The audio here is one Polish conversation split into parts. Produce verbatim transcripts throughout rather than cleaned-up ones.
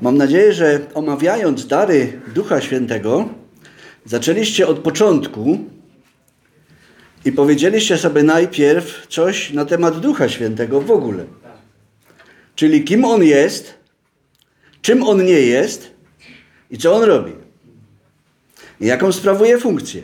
Mam nadzieję, że omawiając dary Ducha Świętego, zaczęliście od początku i powiedzieliście sobie najpierw coś na temat Ducha Świętego w ogóle. Czyli kim On jest, czym On nie jest i co On robi. I jaką sprawuje funkcję.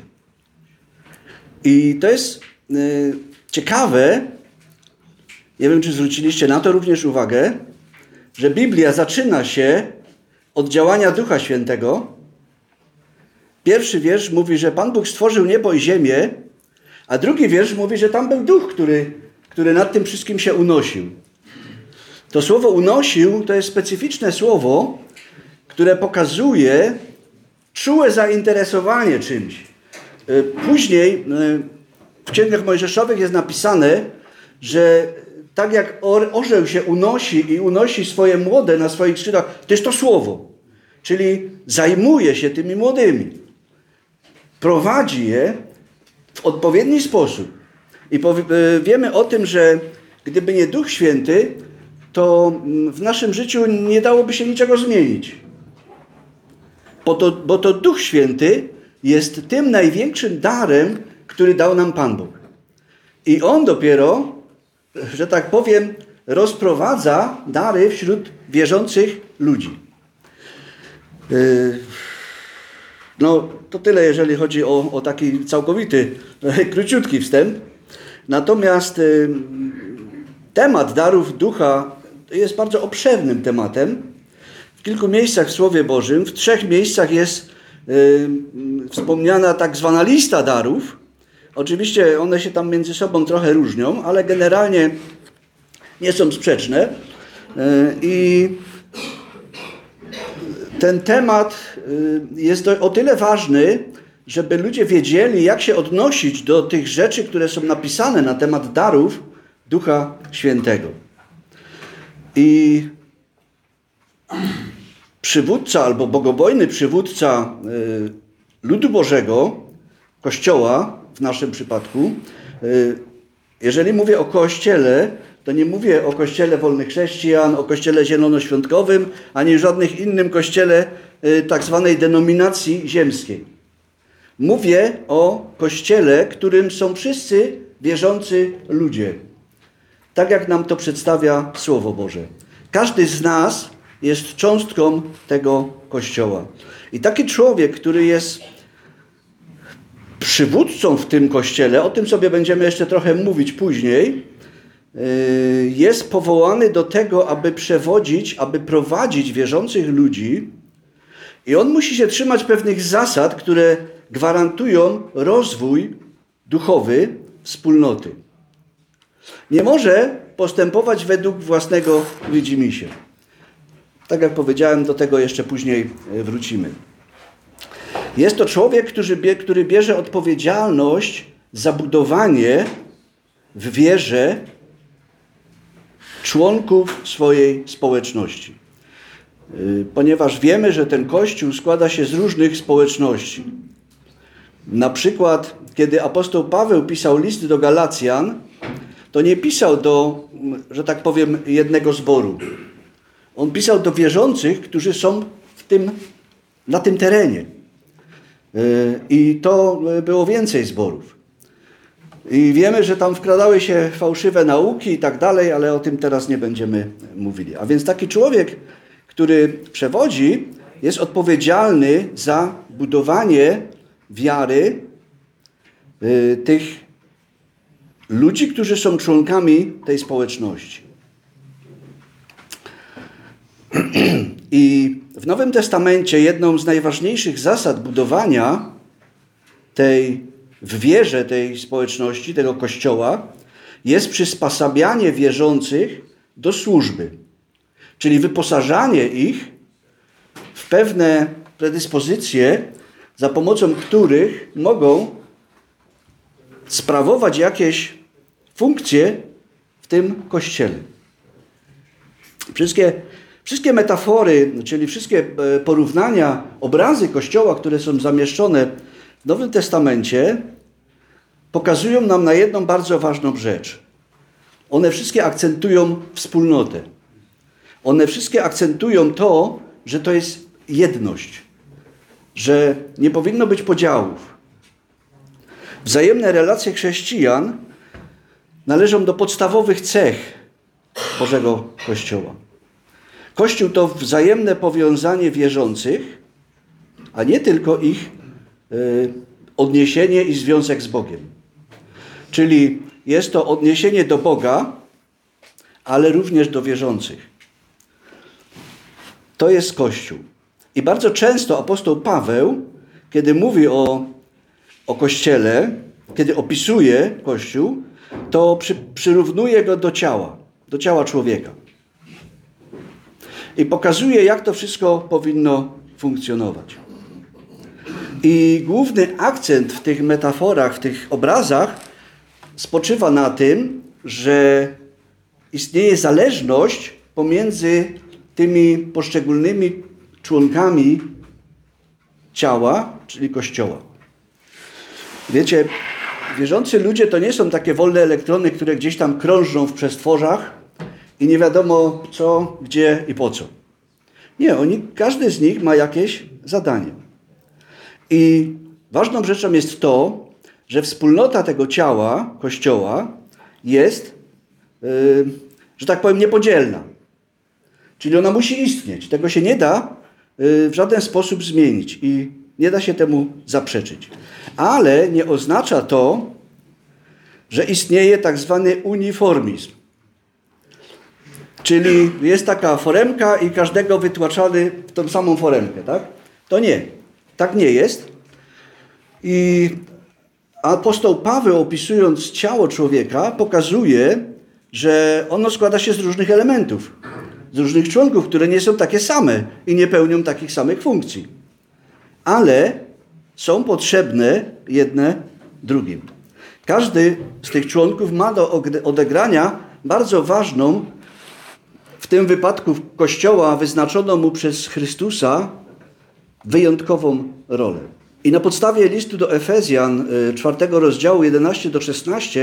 I to jest y, ciekawe, nie wiem, czy zwróciliście na to również uwagę, że Biblia zaczyna się od działania Ducha Świętego. Pierwszy wiersz mówi, że Pan Bóg stworzył niebo i ziemię, a drugi wiersz mówi, że tam był Duch, który, który nad tym wszystkim się unosił. To słowo unosił to jest specyficzne słowo, które pokazuje czułe zainteresowanie czymś. Później w Księgach Mojżeszowych jest napisane, że tak jak orzeł się unosi i unosi swoje młode na swoich skrzydłach, to jest to słowo. Czyli zajmuje się tymi młodymi. Prowadzi je w odpowiedni sposób. I wiemy o tym, że gdyby nie Duch Święty, to w naszym życiu nie dałoby się niczego zmienić. Bo to, bo to Duch Święty jest tym największym darem, który dał nam Pan Bóg. I On dopiero, że tak powiem, rozprowadza dary wśród wierzących ludzi. No, to tyle, jeżeli chodzi o, o taki całkowity, króciutki wstęp. Natomiast temat darów Ducha jest bardzo obszernym tematem. W kilku miejscach w Słowie Bożym, w trzech miejscach jest y, wspomniana tak zwana lista darów. Oczywiście one się tam między sobą trochę różnią, ale generalnie nie są sprzeczne. Y, I ten temat y, jest o tyle ważny, żeby ludzie wiedzieli, jak się odnosić do tych rzeczy, które są napisane na temat darów Ducha Świętego. I przywódca albo bogobojny przywódca y, ludu Bożego, Kościoła w naszym przypadku, y, jeżeli mówię o Kościele, to nie mówię o Kościele Wolnych Chrześcijan, o Kościele Zielonoświątkowym, ani żadnych innym kościele y, tak zwanej denominacji ziemskiej. Mówię o Kościele, którym są wszyscy wierzący ludzie. Tak jak nam to przedstawia Słowo Boże. Każdy z nas jest cząstką tego Kościoła. I taki człowiek, który jest przywódcą w tym Kościele, o tym sobie będziemy jeszcze trochę mówić później, jest powołany do tego, aby przewodzić, aby prowadzić wierzących ludzi i on musi się trzymać pewnych zasad, które gwarantują rozwój duchowy wspólnoty. Nie może postępować według własnego widzimisię. Tak jak powiedziałem, do tego jeszcze później wrócimy. Jest to człowiek, który, który bierze odpowiedzialność za budowanie w wierze członków swojej społeczności. Ponieważ wiemy, że ten Kościół składa się z różnych społeczności. Na przykład, kiedy apostoł Paweł pisał list do Galacjan, to nie pisał do, że tak powiem, jednego zboru. On pisał do wierzących, którzy są w tym, na tym terenie. I to było więcej zborów. I wiemy, że tam wkradały się fałszywe nauki i tak dalej, ale o tym teraz nie będziemy mówili. A więc taki człowiek, który przewodzi, jest odpowiedzialny za budowanie wiary y, tych ludzi, którzy są członkami tej społeczności. I w Nowym Testamencie jedną z najważniejszych zasad budowania tej w wierze tej społeczności, tego Kościoła, jest przysposabianie wierzących do służby. Czyli wyposażanie ich w pewne predyspozycje, za pomocą których mogą sprawować jakieś funkcje w tym Kościele. Wszystkie, wszystkie metafory, czyli wszystkie porównania, obrazy Kościoła, które są zamieszczone w Nowym Testamencie, pokazują nam na jedną bardzo ważną rzecz. One wszystkie akcentują wspólnotę. One wszystkie akcentują to, że to jest jedność, że nie powinno być podziałów. Wzajemne relacje chrześcijan należą do podstawowych cech Bożego Kościoła. Kościół to wzajemne powiązanie wierzących, a nie tylko ich y, odniesienie i związek z Bogiem. Czyli jest to odniesienie do Boga, ale również do wierzących. To jest Kościół. I bardzo często apostoł Paweł, kiedy mówi o, o Kościele, kiedy opisuje Kościół, to przy, przyrównuje go do ciała, do ciała człowieka. I pokazuje, jak to wszystko powinno funkcjonować. I główny akcent w tych metaforach, w tych obrazach spoczywa na tym, że istnieje zależność pomiędzy tymi poszczególnymi członkami ciała, czyli Kościoła. Wiecie, wierzący ludzie to nie są takie wolne elektrony, które gdzieś tam krążą w przestworzach i nie wiadomo co, gdzie i po co. Nie, oni, każdy z nich ma jakieś zadanie. I ważną rzeczą jest to, że wspólnota tego ciała, Kościoła, jest, yy, że tak powiem, niepodzielna. Czyli ona musi istnieć. Tego się nie da yy, w żaden sposób zmienić i nie da się temu zaprzeczyć. Ale nie oznacza to, że istnieje tak zwany uniformizm. Czyli jest taka foremka i każdego wytłaczamy w tą samą foremkę, tak? To nie. Tak nie jest. I apostoł Paweł, opisując ciało człowieka, pokazuje, że ono składa się z różnych elementów, z różnych członków, które nie są takie same i nie pełnią takich samych funkcji. Ale są potrzebne jedne drugim. Każdy z tych członków ma do odegrania bardzo ważną, w tym wypadku Kościoła wyznaczoną mu przez Chrystusa, wyjątkową rolę. I na podstawie listu do Efezjan, czwartego rozdziału, jedenaście do szesnastu,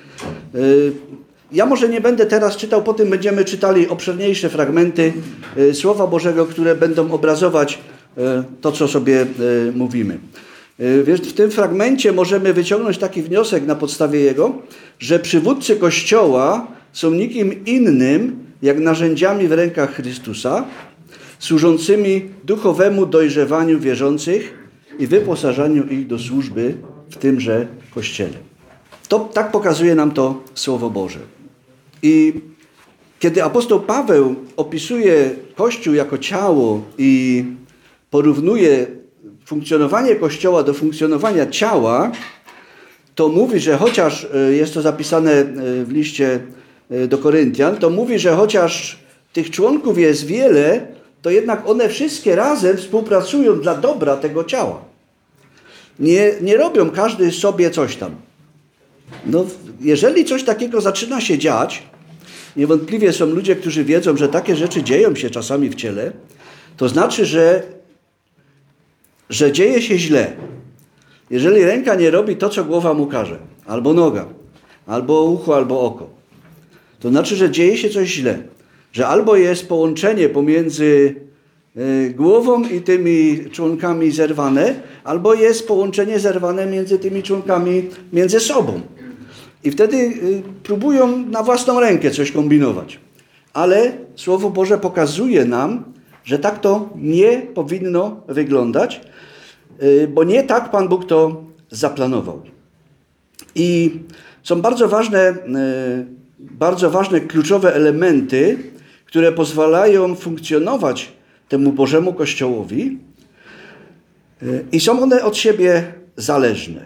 ja może nie będę teraz czytał, potem będziemy czytali obszerniejsze fragmenty Słowa Bożego, które będą obrazować to, co sobie mówimy. W tym fragmencie możemy wyciągnąć taki wniosek na podstawie jego, że przywódcy Kościoła są nikim innym, jak narzędziami w rękach Chrystusa, służącymi duchowemu dojrzewaniu wierzących i wyposażaniu ich do służby w tymże Kościele. To, tak pokazuje nam to Słowo Boże. I kiedy apostoł Paweł opisuje Kościół jako ciało i porównuje funkcjonowanie Kościoła do funkcjonowania ciała, to mówi, że chociaż, jest to zapisane w liście do Koryntian, to mówi, że chociaż tych członków jest wiele, to jednak one wszystkie razem współpracują dla dobra tego ciała. Nie, nie robią każdy sobie coś tam. No, jeżeli coś takiego zaczyna się dziać, niewątpliwie są ludzie, którzy wiedzą, że takie rzeczy dzieją się czasami w ciele, to znaczy, że, że dzieje się źle. Jeżeli ręka nie robi to, co głowa mu każe, albo noga, albo ucho, albo oko, to znaczy, że dzieje się coś źle. Że albo jest połączenie pomiędzy y, głową i tymi członkami zerwane, albo jest połączenie zerwane między tymi członkami między sobą. I wtedy y, próbują na własną rękę coś kombinować. Ale Słowo Boże pokazuje nam, że tak to nie powinno wyglądać, y, bo nie tak Pan Bóg to zaplanował. I są bardzo ważne, y, bardzo ważne kluczowe elementy, które pozwalają funkcjonować temu Bożemu Kościołowi i są one od siebie zależne.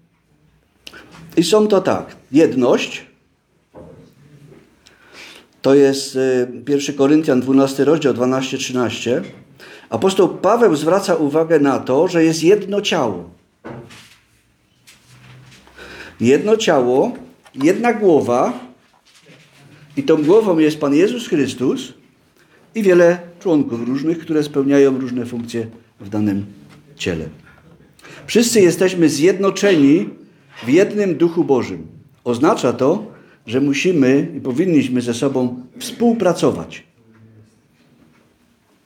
I są to tak, jedność, to jest pierwszy Koryntian, dwunasty rozdział, dwanaście trzynaście. Apostoł Paweł zwraca uwagę na to, że jest jedno ciało. Jedno ciało, jedna głowa, i tą głową jest Pan Jezus Chrystus i wiele członków różnych, które spełniają różne funkcje w danym ciele. Wszyscy jesteśmy zjednoczeni w jednym Duchu Bożym. Oznacza to, że musimy i powinniśmy ze sobą współpracować.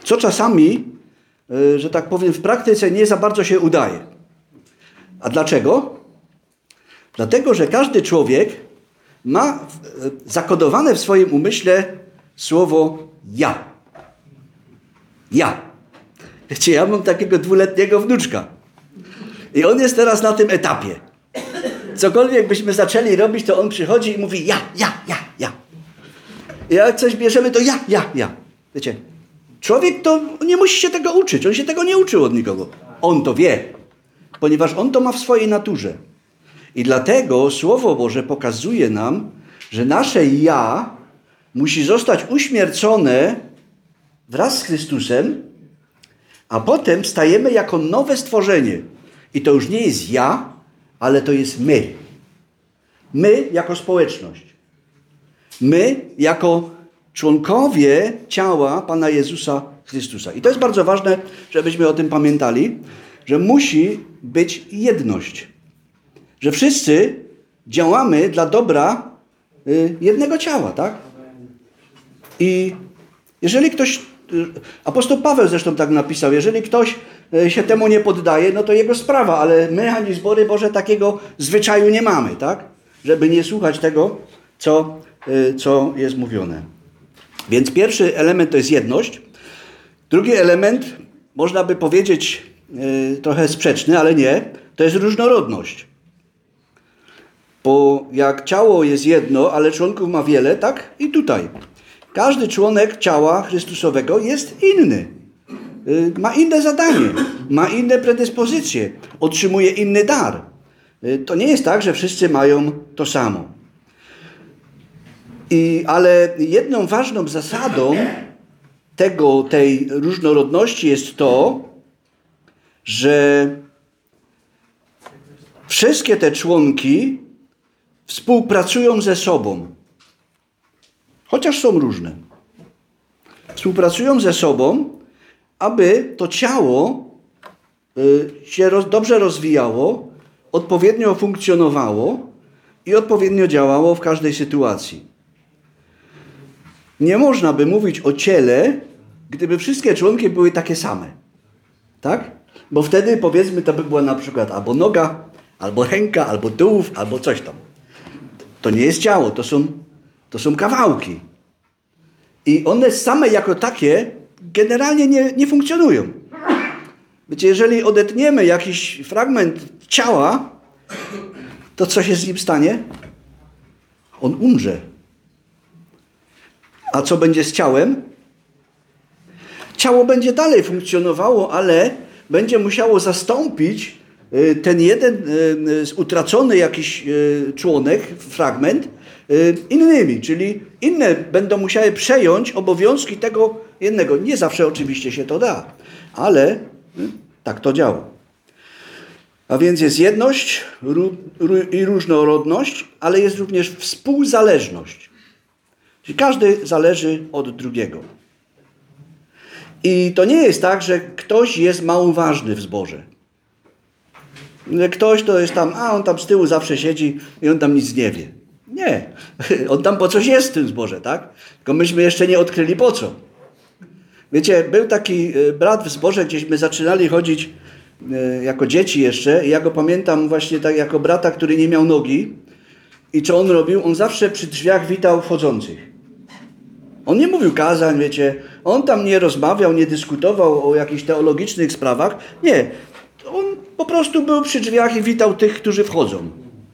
co czasami, że tak powiem, w praktyce nie za bardzo się udaje. A dlaczego? Dlatego, że każdy człowiek ma zakodowane w swoim umyśle słowo ja. Ja. Wiecie, ja mam takiego dwuletniego wnuczka. I on jest teraz na tym etapie. Cokolwiek byśmy zaczęli robić, to on przychodzi i mówi ja, ja, ja, ja. I jak coś bierzemy, to ja, ja, ja. Wiecie, człowiek to nie musi się tego uczyć. On się tego nie uczył od nikogo. On to wie. Ponieważ on to ma w swojej naturze. I dlatego Słowo Boże pokazuje nam, że nasze ja musi zostać uśmiercone wraz z Chrystusem, a potem stajemy jako nowe stworzenie. I to już nie jest ja, ale to jest my. My jako społeczność. My jako członkowie ciała Pana Jezusa Chrystusa. I to jest bardzo ważne, żebyśmy o tym pamiętali, że musi być jedność. Że wszyscy działamy dla dobra jednego ciała, tak? I jeżeli ktoś, apostoł Paweł zresztą tak napisał, jeżeli ktoś się temu nie poddaje, no to jego sprawa, ale my, ani zbory Boże, takiego zwyczaju nie mamy, tak? Żeby nie słuchać tego, co, co jest mówione. Więc pierwszy element to jest jedność. Drugi element, można by powiedzieć trochę sprzeczny, ale nie, to jest różnorodność. Bo jak ciało jest jedno, ale członków ma wiele, tak? I tutaj. Każdy członek ciała Chrystusowego jest inny. Ma inne zadanie, ma inne predyspozycje, otrzymuje inny dar. To nie jest tak, że wszyscy mają to samo. I, ale jedną ważną zasadą tego, tej różnorodności jest to, że wszystkie te członki współpracują ze sobą. Chociaż są różne. Współpracują ze sobą, aby to ciało się dobrze rozwijało, odpowiednio funkcjonowało i odpowiednio działało w każdej sytuacji. Nie można by mówić o ciele, gdyby wszystkie członki były takie same. Tak? Bo wtedy, powiedzmy, to by była na przykład albo noga, albo ręka, albo tułów, albo coś tam. To nie jest ciało, to są, to są kawałki. I one same jako takie generalnie nie, nie funkcjonują. Wiecie, jeżeli odetniemy jakiś fragment ciała, to co się z nim stanie? On umrze. A co będzie z ciałem? Ciało będzie dalej funkcjonowało, ale będzie musiało zastąpić ten jeden utracony jakiś członek, fragment, innymi, czyli inne będą musiały przejąć obowiązki tego jednego. Nie zawsze oczywiście się to da, ale tak to działa. A więc jest jedność i różnorodność, ale jest również współzależność. Czyli każdy zależy od drugiego. I to nie jest tak, że ktoś jest mało ważny w zborze. Że ktoś to jest tam, a on tam z tyłu zawsze siedzi i on tam nic nie wie. Nie. On tam po coś jest w tym zborze, tak? Tylko myśmy jeszcze nie odkryli po co. Wiecie, był taki brat w zborze, gdzieśmy zaczynali chodzić jako dzieci jeszcze. I ja go pamiętam właśnie tak jako brata, który nie miał nogi. I co on robił? On zawsze przy drzwiach witał wchodzących. On nie mówił kazań, wiecie. On tam nie rozmawiał, nie dyskutował o jakichś teologicznych sprawach. Nie. On po prostu był przy drzwiach i witał tych, którzy wchodzą.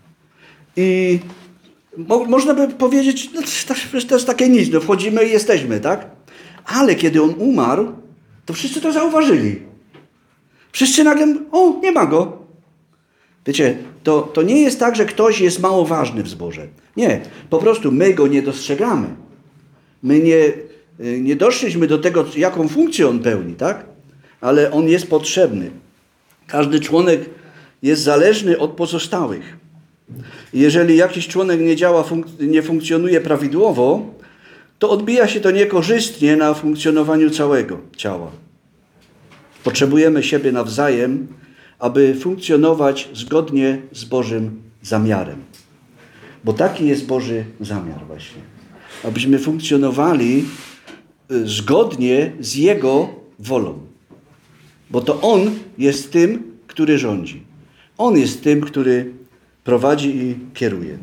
I mo- można by powiedzieć, no to jest takie nic, no wchodzimy i jesteśmy, tak? Ale kiedy on umarł, to wszyscy to zauważyli. Wszyscy nagle, o, nie ma go. Wiecie, to, to nie jest tak, że ktoś jest mało ważny w zborze. Nie, po prostu my go nie dostrzegamy. My nie, nie doszliśmy do tego, jaką funkcję on pełni, tak? Ale on jest potrzebny. Każdy członek jest zależny od pozostałych. Jeżeli jakiś członek nie działa, funk- nie funkcjonuje prawidłowo, to odbija się to niekorzystnie na funkcjonowaniu całego ciała. Potrzebujemy siebie nawzajem, aby funkcjonować zgodnie z Bożym zamiarem. Bo taki jest Boży zamiar właśnie. Abyśmy funkcjonowali zgodnie z Jego wolą. Bo to On jest tym, który rządzi. On jest tym, który prowadzi i kieruje.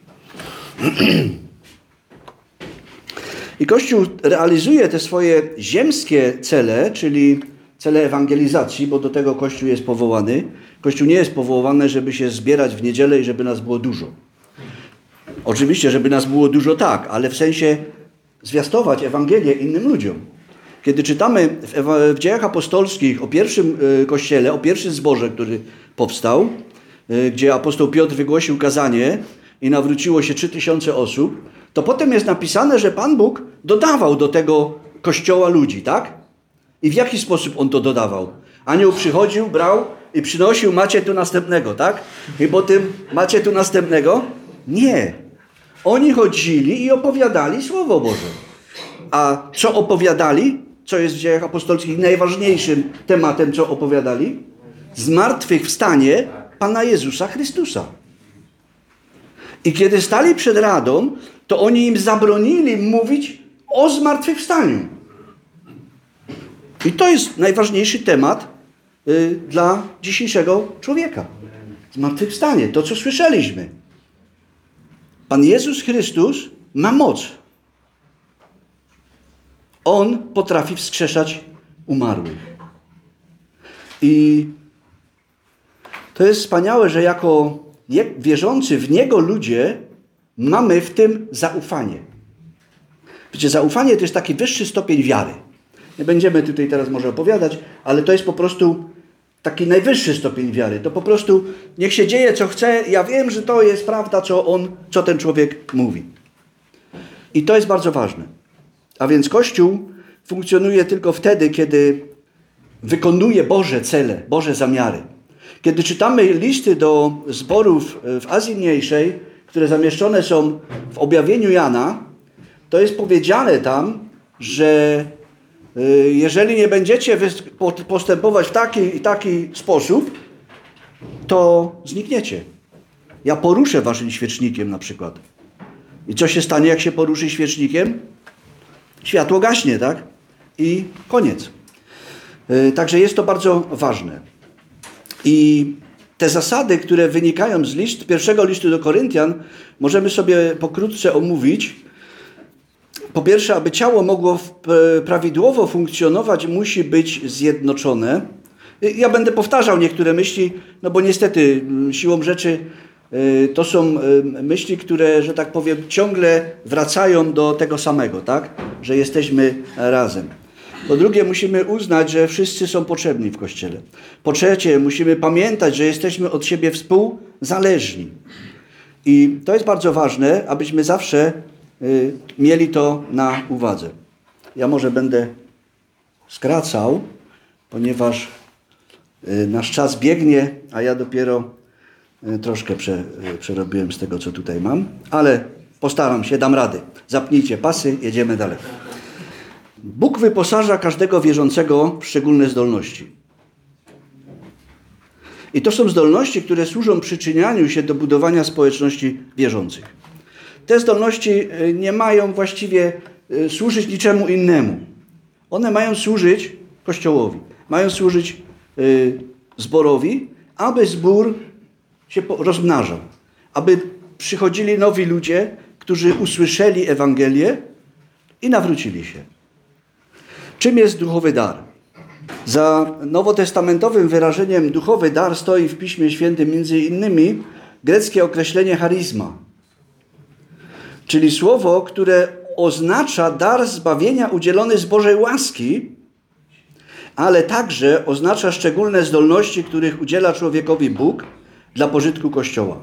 I Kościół realizuje te swoje ziemskie cele, czyli cele ewangelizacji, bo do tego Kościół jest powołany. Kościół nie jest powołany, żeby się zbierać w niedzielę i żeby nas było dużo. Oczywiście, żeby nas było dużo tak, ale w sensie zwiastować Ewangelię innym ludziom. Kiedy czytamy w, Ewa- w Dziejach Apostolskich o pierwszym y, kościele, o pierwszym zborze, który powstał, y, gdzie apostoł Piotr wygłosił kazanie i nawróciło się trzy tysiące osób, to potem jest napisane, że Pan Bóg dodawał do tego kościoła ludzi, tak? I w jaki sposób On to dodawał? Anioł przychodził, brał i przynosił, macie tu następnego, tak? I po tym macie tu następnego? Nie. Oni chodzili i opowiadali Słowo Boże. A co opowiadali? Co jest w Dziejach Apostolskich najważniejszym tematem, co opowiadali? Zmartwychwstanie Pana Jezusa Chrystusa. I kiedy stali przed Radą, to oni im zabronili mówić o zmartwychwstaniu. I to jest najważniejszy temat y, dla dzisiejszego człowieka. Zmartwychwstanie, to co słyszeliśmy. Pan Jezus Chrystus ma moc. On potrafi wskrzeszać umarłych. I to jest wspaniałe, że jako wierzący w Niego ludzie mamy w tym zaufanie. Wiecie, zaufanie to jest taki wyższy stopień wiary. Nie będziemy tutaj teraz może opowiadać, ale to jest po prostu taki najwyższy stopień wiary. To po prostu niech się dzieje co chce. Ja wiem, że to jest prawda, co on, co ten człowiek mówi. I to jest bardzo ważne. A więc Kościół funkcjonuje tylko wtedy, kiedy wykonuje Boże cele, Boże zamiary. Kiedy czytamy listy do zborów w Azji Mniejszej, które zamieszczone są w objawieniu Jana, to jest powiedziane tam, że jeżeli nie będziecie postępować w taki i taki sposób, to znikniecie. Ja poruszę waszym świecznikiem na przykład. I co się stanie, jak się poruszy świecznikiem? Światło gaśnie, tak? I koniec. Także jest to bardzo ważne. I te zasady, które wynikają z list, pierwszego listu do Koryntian, możemy sobie pokrótce omówić. Po pierwsze, aby ciało mogło prawidłowo funkcjonować, musi być zjednoczone. Ja będę powtarzał niektóre myśli, no bo niestety siłą rzeczy to są myśli, które, że tak powiem, ciągle wracają do tego samego, tak? Że jesteśmy razem. Po drugie, musimy uznać, że wszyscy są potrzebni w Kościele. Po trzecie, musimy pamiętać, że jesteśmy od siebie współzależni. I to jest bardzo ważne, abyśmy zawsze y, mieli to na uwadze. Ja może będę skracał, ponieważ y, nasz czas biegnie, a ja dopiero y, troszkę prze, y, przerobiłem z tego, co tutaj mam. Ale postaram się, dam radę. Zapnijcie pasy, jedziemy dalej. Bóg wyposaża każdego wierzącego w szczególne zdolności. I to są zdolności, które służą przyczynianiu się do budowania społeczności wierzących. Te zdolności nie mają właściwie służyć niczemu innemu. One mają służyć Kościołowi, mają służyć zborowi, aby zbór się rozmnażał, aby przychodzili nowi ludzie, którzy usłyszeli Ewangelię i nawrócili się. Czym jest duchowy dar? Za nowotestamentowym wyrażeniem duchowy dar stoi w Piśmie Świętym między innymi greckie określenie charizma, czyli słowo, które oznacza dar zbawienia udzielony z Bożej łaski, ale także oznacza szczególne zdolności, których udziela człowiekowi Bóg dla pożytku Kościoła.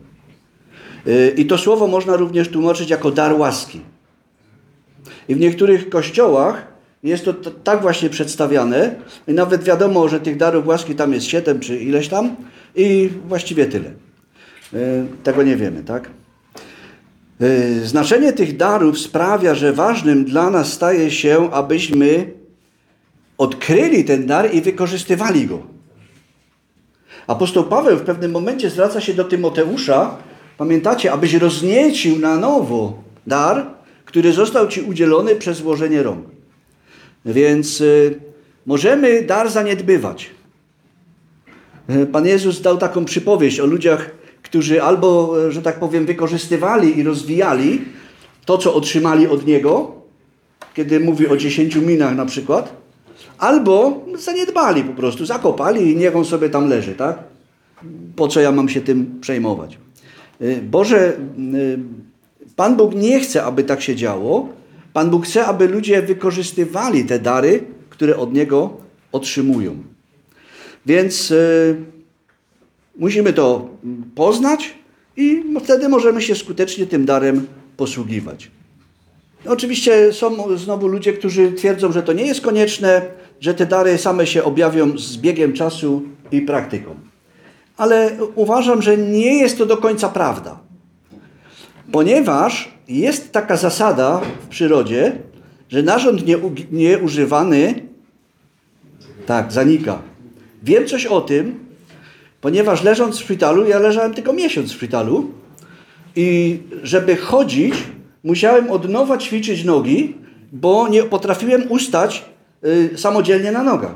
I to słowo można również tłumaczyć jako dar łaski. I w niektórych kościołach jest to t- tak właśnie przedstawiane i nawet wiadomo, że tych darów łaski tam jest siedem czy ileś tam i właściwie tyle. Yy, tego nie wiemy, tak? Yy, znaczenie tych darów sprawia, że ważnym dla nas staje się, abyśmy odkryli ten dar i wykorzystywali go. Apostoł Paweł w pewnym momencie zwraca się do Tymoteusza, pamiętacie, abyś rozniecił na nowo dar, który został ci udzielony przez włożenie rąk. Więc y, możemy dar zaniedbywać. Pan Jezus dał taką przypowieść o ludziach, którzy albo, że tak powiem, wykorzystywali i rozwijali to, co otrzymali od Niego, kiedy mówi o dziesięciu minach na przykład, albo zaniedbali po prostu, zakopali i niech on sobie tam leży, tak? Po co ja mam się tym przejmować? Boże, Pan Bóg nie chce, aby tak się działo. Pan Bóg chce, aby ludzie wykorzystywali te dary, które od Niego otrzymują. Więc y, musimy to poznać i wtedy możemy się skutecznie tym darem posługiwać. Oczywiście są znowu ludzie, którzy twierdzą, że to nie jest konieczne, że te dary same się objawią z biegiem czasu i praktyką. Ale uważam, że nie jest to do końca prawda. Ponieważ jest taka zasada w przyrodzie, że narząd nieużywany tak, zanika. Wiem coś o tym, ponieważ leżąc w szpitalu, ja leżałem tylko miesiąc w szpitalu i żeby chodzić, musiałem od nowa ćwiczyć nogi, bo nie potrafiłem ustać y, samodzielnie na nogach.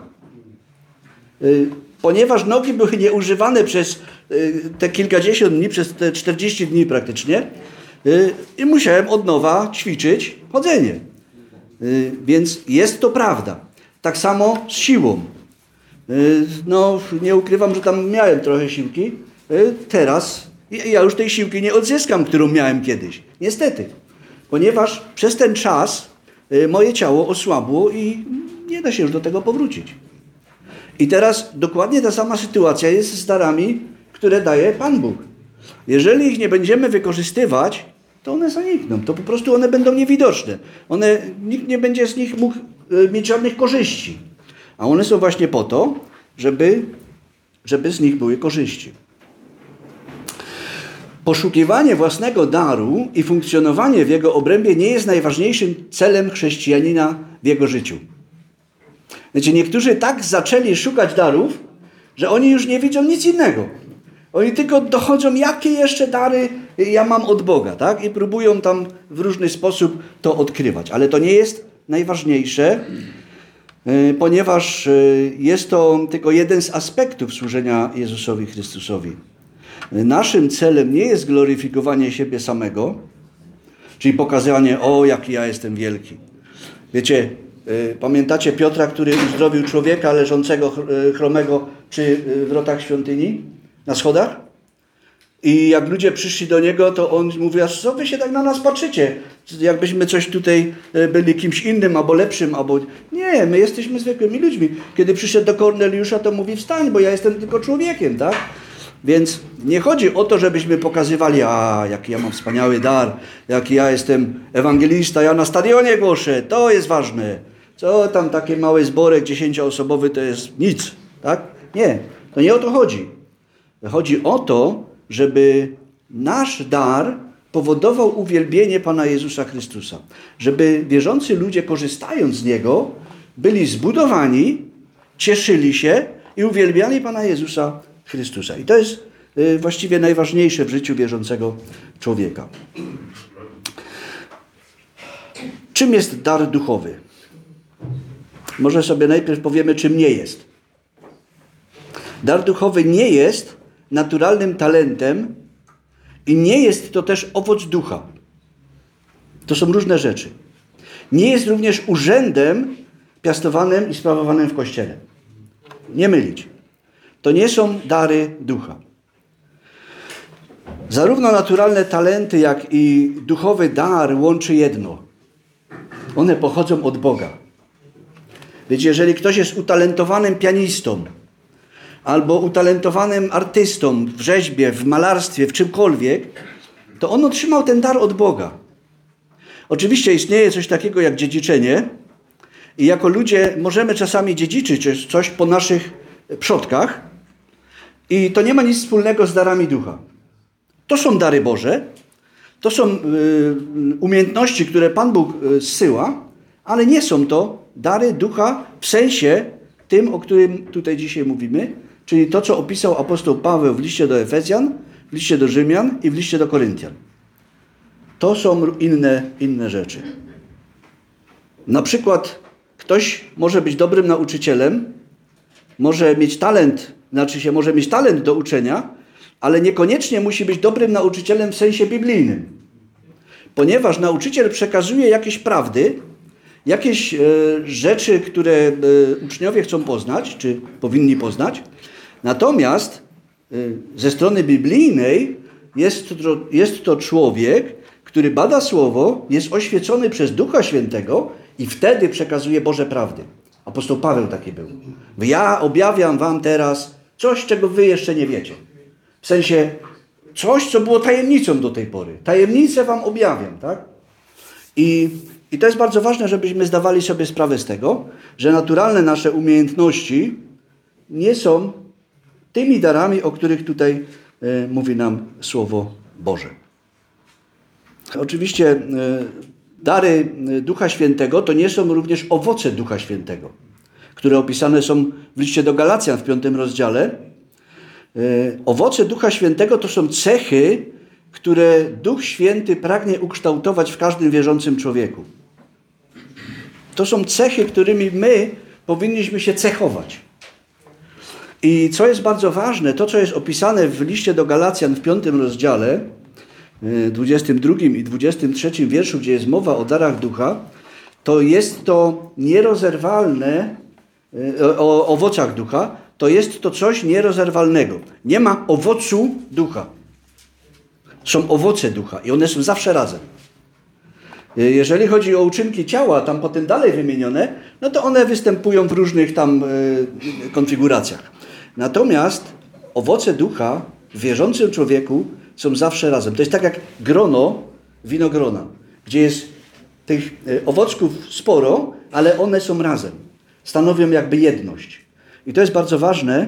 Y, ponieważ nogi były nieużywane przez y, te kilkadziesiąt dni, przez te czterdzieści dni praktycznie y, i musiałem od nowa ćwiczyć chodzenie. Y, więc jest to prawda. Tak samo z siłą. Y, no, nie ukrywam, że tam miałem trochę siłki. Y, teraz ja już tej siłki nie odzyskam, którą miałem kiedyś. Niestety. Ponieważ przez ten czas y, moje ciało osłabło i nie da się już do tego powrócić. I teraz dokładnie ta sama sytuacja jest z darami, które daje Pan Bóg. Jeżeli ich nie będziemy wykorzystywać, to one zanikną. To po prostu one będą niewidoczne. One, nikt nie będzie z nich mógł y, mieć żadnych korzyści. A one są właśnie po to, żeby, żeby z nich były korzyści. Poszukiwanie własnego daru i funkcjonowanie w jego obrębie nie jest najważniejszym celem chrześcijanina w jego życiu. Wiecie, niektórzy tak zaczęli szukać darów, że oni już nie widzą nic innego. Oni tylko dochodzą, jakie jeszcze dary ja mam od Boga, tak? I próbują tam w różny sposób to odkrywać. Ale to nie jest najważniejsze, ponieważ jest to tylko jeden z aspektów służenia Jezusowi Chrystusowi. Naszym celem nie jest gloryfikowanie siebie samego, czyli pokazywanie, o, jaki ja jestem wielki. Wiecie, pamiętacie Piotra, który uzdrowił człowieka leżącego chromego przy wrotach świątyni, na schodach? I jak ludzie przyszli do niego, to on mówi, a co wy się tak na nas patrzycie? Jakbyśmy coś tutaj byli kimś innym, albo lepszym, albo... Nie, my jesteśmy zwykłymi ludźmi. Kiedy przyszedł do Korneliusza, to mówi, wstań, bo ja jestem tylko człowiekiem, tak? Więc nie chodzi o to, żebyśmy pokazywali, a jaki ja mam wspaniały dar, jaki ja jestem ewangelista, ja na stadionie głoszę, to jest ważne. Co tam takie małe zborek dziesięcioosobowy to jest nic, tak? Nie, to nie o to chodzi. Chodzi o to, żeby nasz dar powodował uwielbienie Pana Jezusa Chrystusa. Żeby wierzący ludzie, korzystając z Niego, byli zbudowani, cieszyli się i uwielbiali Pana Jezusa Chrystusa. I to jest właściwie najważniejsze w życiu wierzącego człowieka. Czym jest dar duchowy? Może sobie najpierw powiemy, czym nie jest. Dar duchowy nie jest naturalnym talentem i nie jest to też owoc ducha. To są różne rzeczy. Nie jest również urzędem piastowanym i sprawowanym w Kościele. Nie mylić. To nie są dary ducha. Zarówno naturalne talenty, jak i duchowy dar łączy jedno. One pochodzą od Boga. Wiecie, jeżeli ktoś jest utalentowanym pianistą, albo utalentowanym artystą w rzeźbie, w malarstwie, w czymkolwiek, to on otrzymał ten dar od Boga. Oczywiście istnieje coś takiego jak dziedziczenie i jako ludzie możemy czasami dziedziczyć coś po naszych przodkach i to nie ma nic wspólnego z darami ducha. To są dary Boże, to są y, umiejętności, które Pan Bóg zsyła, ale nie są to dary ducha w sensie tym, o którym tutaj dzisiaj mówimy, czyli to, co opisał apostoł Paweł w liście do Efezjan, w liście do Rzymian i w liście do Koryntian. To są inne, inne rzeczy. Na przykład ktoś może być dobrym nauczycielem, może mieć talent, znaczy się może mieć talent do uczenia, ale niekoniecznie musi być dobrym nauczycielem w sensie biblijnym. Ponieważ nauczyciel przekazuje jakieś prawdy, jakieś e, rzeczy, które e, uczniowie chcą poznać, czy powinni poznać. Natomiast e, ze strony biblijnej jest to, jest to człowiek, który bada Słowo, jest oświecony przez Ducha Świętego i wtedy przekazuje Boże prawdy. Apostoł Paweł taki był. Ja objawiam wam teraz coś, czego wy jeszcze nie wiecie. W sensie coś, co było tajemnicą do tej pory. Tajemnicę wam objawiam, tak? I, i to jest bardzo ważne, żebyśmy zdawali sobie sprawę z tego, że naturalne nasze umiejętności nie są tymi darami, o których tutaj y, mówi nam Słowo Boże. Oczywiście y, dary Ducha Świętego to nie są również owoce Ducha Świętego, które opisane są w liście do Galacjan w piątym rozdziale. Owoce Ducha Świętego to są cechy, które Duch Święty pragnie ukształtować w każdym wierzącym człowieku. To są cechy, którymi my powinniśmy się cechować. I co jest bardzo ważne, to co jest opisane w liście do Galacjan w piątym rozdziale, dwudziestym drugim i dwudziestym trzecim wierszu, gdzie jest mowa o darach Ducha, to jest to nierozerwalne, o owocach Ducha, to jest to coś nierozerwalnego. Nie ma owocu Ducha. Są owoce Ducha i one są zawsze razem. Jeżeli chodzi o uczynki ciała, tam potem dalej wymienione, no to one występują w różnych tam konfiguracjach. Natomiast owoce Ducha w wierzącym człowieku są zawsze razem. To jest tak jak grono winogrona, gdzie jest tych owocków sporo, ale one są razem. Stanowią jakby jedność. I to jest bardzo ważne,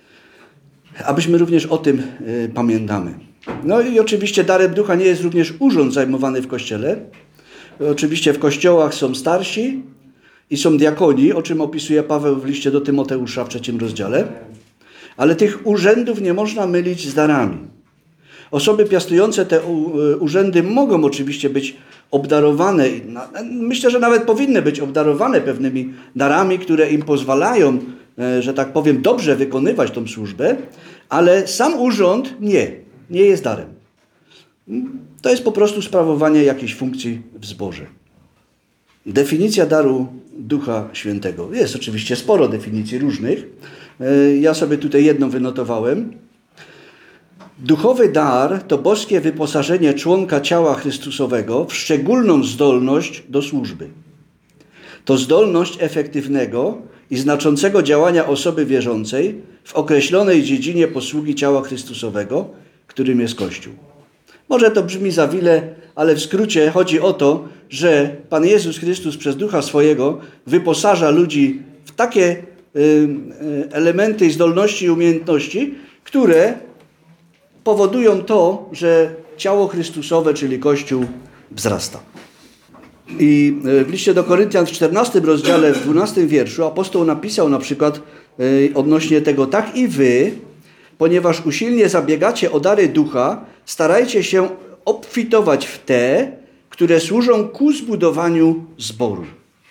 abyśmy również o tym y, pamiętamy. No i oczywiście darem Ducha nie jest również urząd zajmowany w Kościele. Oczywiście w kościołach są starsi i są diakoni, o czym opisuje Paweł w liście do Tymoteusza w trzecim rozdziale. Ale tych urzędów nie można mylić z darami. Osoby piastujące te urzędy mogą oczywiście być obdarowane, myślę, że nawet powinny być obdarowane pewnymi darami, które im pozwalają, że tak powiem, dobrze wykonywać tą służbę, ale sam urząd nie, nie jest darem. To jest po prostu sprawowanie jakiejś funkcji w zborze. Definicja daru Ducha Świętego. Jest oczywiście sporo definicji różnych. Ja sobie tutaj jedną wynotowałem. Duchowy dar to boskie wyposażenie członka ciała Chrystusowego w szczególną zdolność do służby. To zdolność efektywnego i znaczącego działania osoby wierzącej w określonej dziedzinie posługi ciała Chrystusowego, którym jest Kościół. Może to brzmi za wiele, ale w skrócie chodzi o to, że Pan Jezus Chrystus przez Ducha swojego wyposaża ludzi w takie y, y, elementy, zdolności i umiejętności, które powodują to, że ciało Chrystusowe, czyli Kościół, wzrasta. I w liście do Koryntian w czternastym rozdziale, w dwunastym wierszu apostoł napisał na przykład odnośnie tego: tak i wy, ponieważ usilnie zabiegacie o dary Ducha, starajcie się obfitować w te, które służą ku zbudowaniu zboru.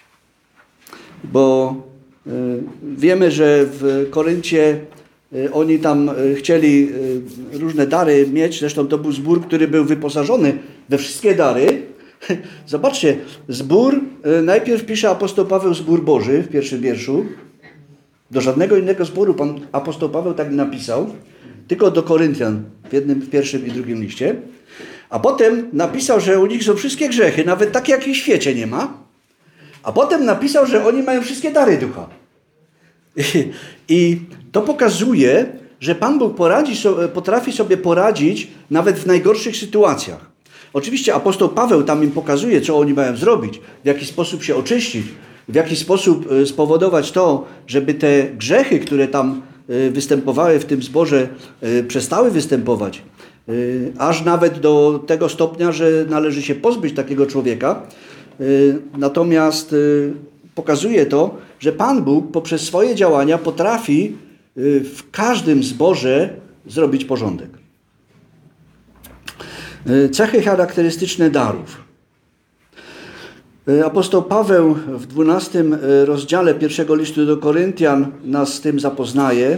Bo y, wiemy, że w Koryncie oni tam chcieli różne dary mieć, zresztą to był zbór, który był wyposażony we wszystkie dary. Zobaczcie, zbór, najpierw pisze apostoł Paweł zbór Boży w pierwszym wierszu. Do żadnego innego zboru pan apostoł Paweł tak nie napisał, tylko do Koryntian w jednym, w pierwszym i drugim liście. A potem napisał, że u nich są wszystkie grzechy, nawet takie, jakie w świecie nie ma. A potem napisał, że oni mają wszystkie dary Ducha. I, i to pokazuje, że Pan Bóg poradzi so, potrafi sobie poradzić nawet w najgorszych sytuacjach. Oczywiście apostoł Paweł tam im pokazuje, co oni mają zrobić, w jaki sposób się oczyścić, w jaki sposób spowodować to, żeby te grzechy, które tam występowały w tym zborze, przestały występować. Aż nawet do tego stopnia, że należy się pozbyć takiego człowieka. Natomiast pokazuje to, że Pan Bóg poprzez swoje działania potrafi w każdym zborze zrobić porządek. Cechy charakterystyczne darów. Apostoł Paweł w dwunastym rozdziale pierwszego listu do Koryntian nas z tym zapoznaje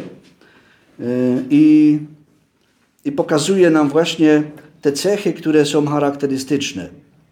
i, i pokazuje nam właśnie te cechy, które są charakterystyczne.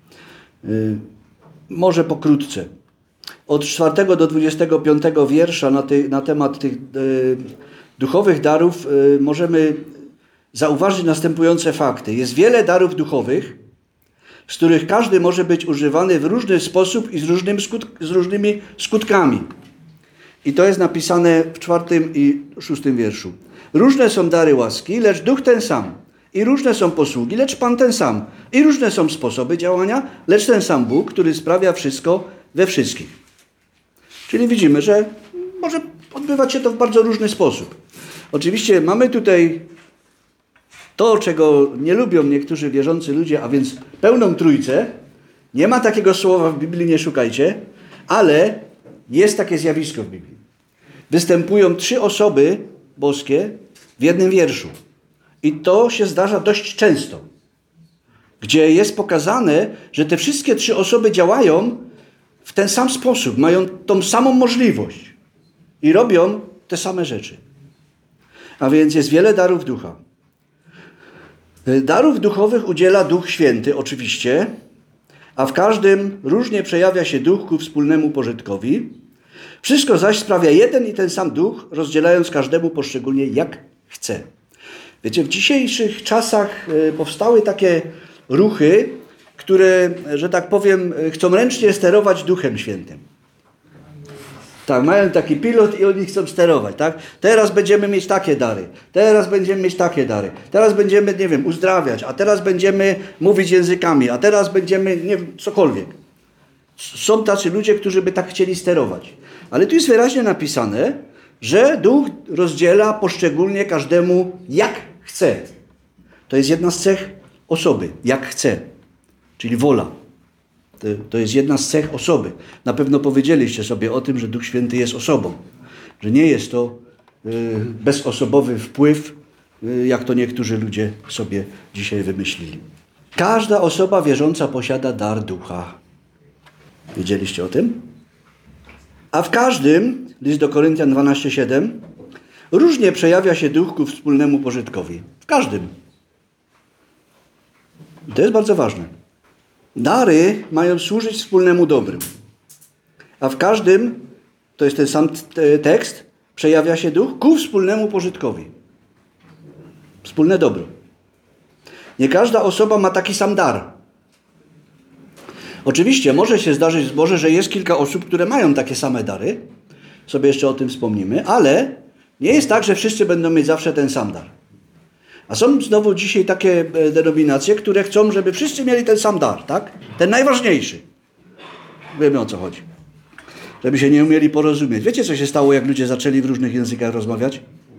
Może pokrótce. Od czwartego do dwudziestego piątego wiersza na, ty, na temat tych y, duchowych darów y, możemy zauważyć następujące fakty. Jest wiele darów duchowych, z których każdy może być używany w różny sposób i z, różnym skut, z różnymi skutkami. I to jest napisane w czwartym i szóstym wierszu. Różne są dary łaski, lecz duch ten sam. I różne są posługi, lecz Pan ten sam. I różne są sposoby działania, lecz ten sam Bóg, który sprawia wszystko we wszystkich. Czyli widzimy, że może odbywać się to w bardzo różny sposób. Oczywiście mamy tutaj to, czego nie lubią niektórzy wierzący ludzie, a więc pełną trójcę. Nie ma takiego słowa w Biblii, nie szukajcie, ale jest takie zjawisko w Biblii. Występują trzy osoby boskie w jednym wierszu. I to się zdarza dość często, gdzie jest pokazane, że te wszystkie trzy osoby działają w ten sam sposób, mają tą samą możliwość i robią te same rzeczy. A więc jest wiele darów ducha. Darów duchowych udziela Duch Święty oczywiście, a w każdym różnie przejawia się Duch ku wspólnemu pożytkowi. Wszystko zaś sprawia jeden i ten sam Duch, rozdzielając każdemu poszczególnie jak chce. Wiecie, w dzisiejszych czasach powstały takie ruchy, które, że tak powiem, chcą ręcznie sterować Duchem Świętym. Tak, mają taki pilot i oni chcą sterować, tak? Teraz będziemy mieć takie dary, teraz będziemy mieć takie dary, teraz będziemy, nie wiem, uzdrawiać, a teraz będziemy mówić językami, a teraz będziemy, nie wiem, cokolwiek. Są tacy ludzie, którzy by tak chcieli sterować. Ale tu jest wyraźnie napisane, że Duch rozdziela poszczególnie każdemu jak chce. To jest jedna z cech osoby, jak chce, czyli wola. To, to jest jedna z cech osoby. Na pewno powiedzieliście sobie o tym, że Duch Święty jest osobą. Że nie jest to y, bezosobowy wpływ, y, jak to niektórzy ludzie sobie dzisiaj wymyślili. Każda osoba wierząca posiada dar Ducha. Wiedzieliście o tym? A w każdym, list do Koryntian dwanaście siedem, różnie przejawia się Duch ku wspólnemu pożytkowi. W każdym. I to jest bardzo ważne. Dary mają służyć wspólnemu dobrym. A w każdym, to jest ten sam tekst, przejawia się Duch ku wspólnemu pożytkowi. Wspólne dobro. Nie każda osoba ma taki sam dar. Oczywiście może się zdarzyć w zborze, że jest kilka osób, które mają takie same dary. Sobie jeszcze o tym wspomnimy. Ale nie jest tak, że wszyscy będą mieć zawsze ten sam dar. A są znowu dzisiaj takie denominacje, które chcą, żeby wszyscy mieli ten sam dar, tak? Ten najważniejszy. Wiemy, o co chodzi. Żeby się nie umieli porozumieć. Wiecie, co się stało, jak ludzie zaczęli w różnych językach rozmawiać?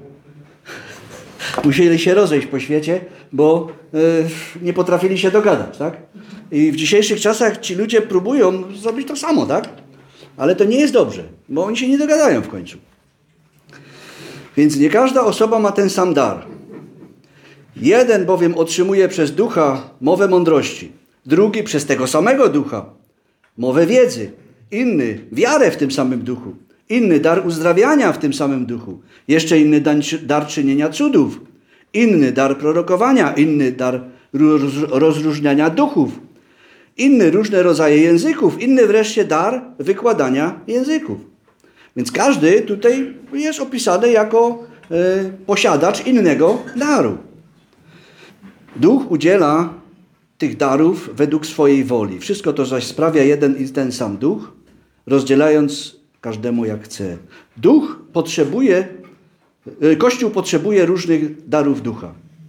Musieli się rozejść po świecie, bo yy, nie potrafili się dogadać, tak? I w dzisiejszych czasach ci ludzie próbują zrobić to samo, tak? Ale to nie jest dobrze, bo oni się nie dogadają w końcu. Więc nie każda osoba ma ten sam dar. Jeden bowiem otrzymuje przez ducha mowę mądrości, drugi przez tego samego ducha mowę wiedzy, inny wiarę w tym samym duchu, inny dar uzdrawiania w tym samym duchu, jeszcze inny dar czynienia cudów, inny dar prorokowania, inny dar rozróżniania duchów, inny różne rodzaje języków, inny wreszcie dar wykładania języków. Więc każdy tutaj jest opisany jako y, posiadacz innego daru. Duch udziela tych darów według swojej woli. Wszystko to zaś sprawia jeden i ten sam duch, rozdzielając każdemu jak chce. Duch potrzebuje, Kościół potrzebuje różnych darów ducha.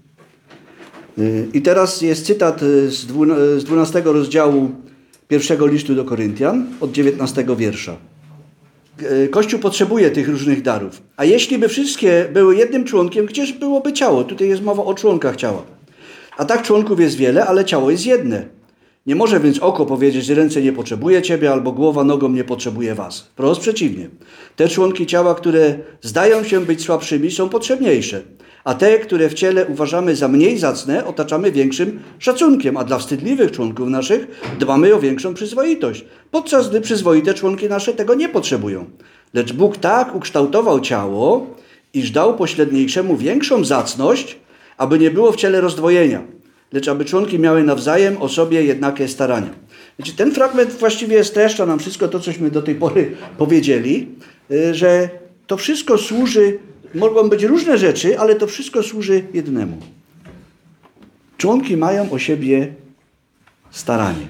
I teraz jest cytat z dwunastego rozdziału pierwszego listu do Koryntian, od dziewiętnastego wiersza. Kościół potrzebuje tych różnych darów. A jeśli by wszystkie były jednym członkiem, gdzież byłoby ciało? Tutaj jest mowa o członkach ciała. A tak członków jest wiele, ale ciało jest jedne. Nie może więc oko powiedzieć, że ręce nie potrzebuje ciebie, albo głowa nogą nie potrzebuje was. Wprost przeciwnie. Te członki ciała, które zdają się być słabszymi, są potrzebniejsze. a te, które w ciele uważamy za mniej zacne, otaczamy większym szacunkiem, a dla wstydliwych członków naszych dbamy o większą przyzwoitość, podczas gdy przyzwoite członki nasze tego nie potrzebują. Lecz Bóg tak ukształtował ciało, iż dał pośredniejszemu większą zacność, aby nie było w ciele rozdwojenia, lecz aby członki miały nawzajem o sobie jednakie starania. Znaczy, ten fragment właściwie streszcza nam wszystko to, cośmy do tej pory powiedzieli, że to wszystko służy, mogą być różne rzeczy, ale to wszystko służy jednemu. Członki mają o siebie staranie.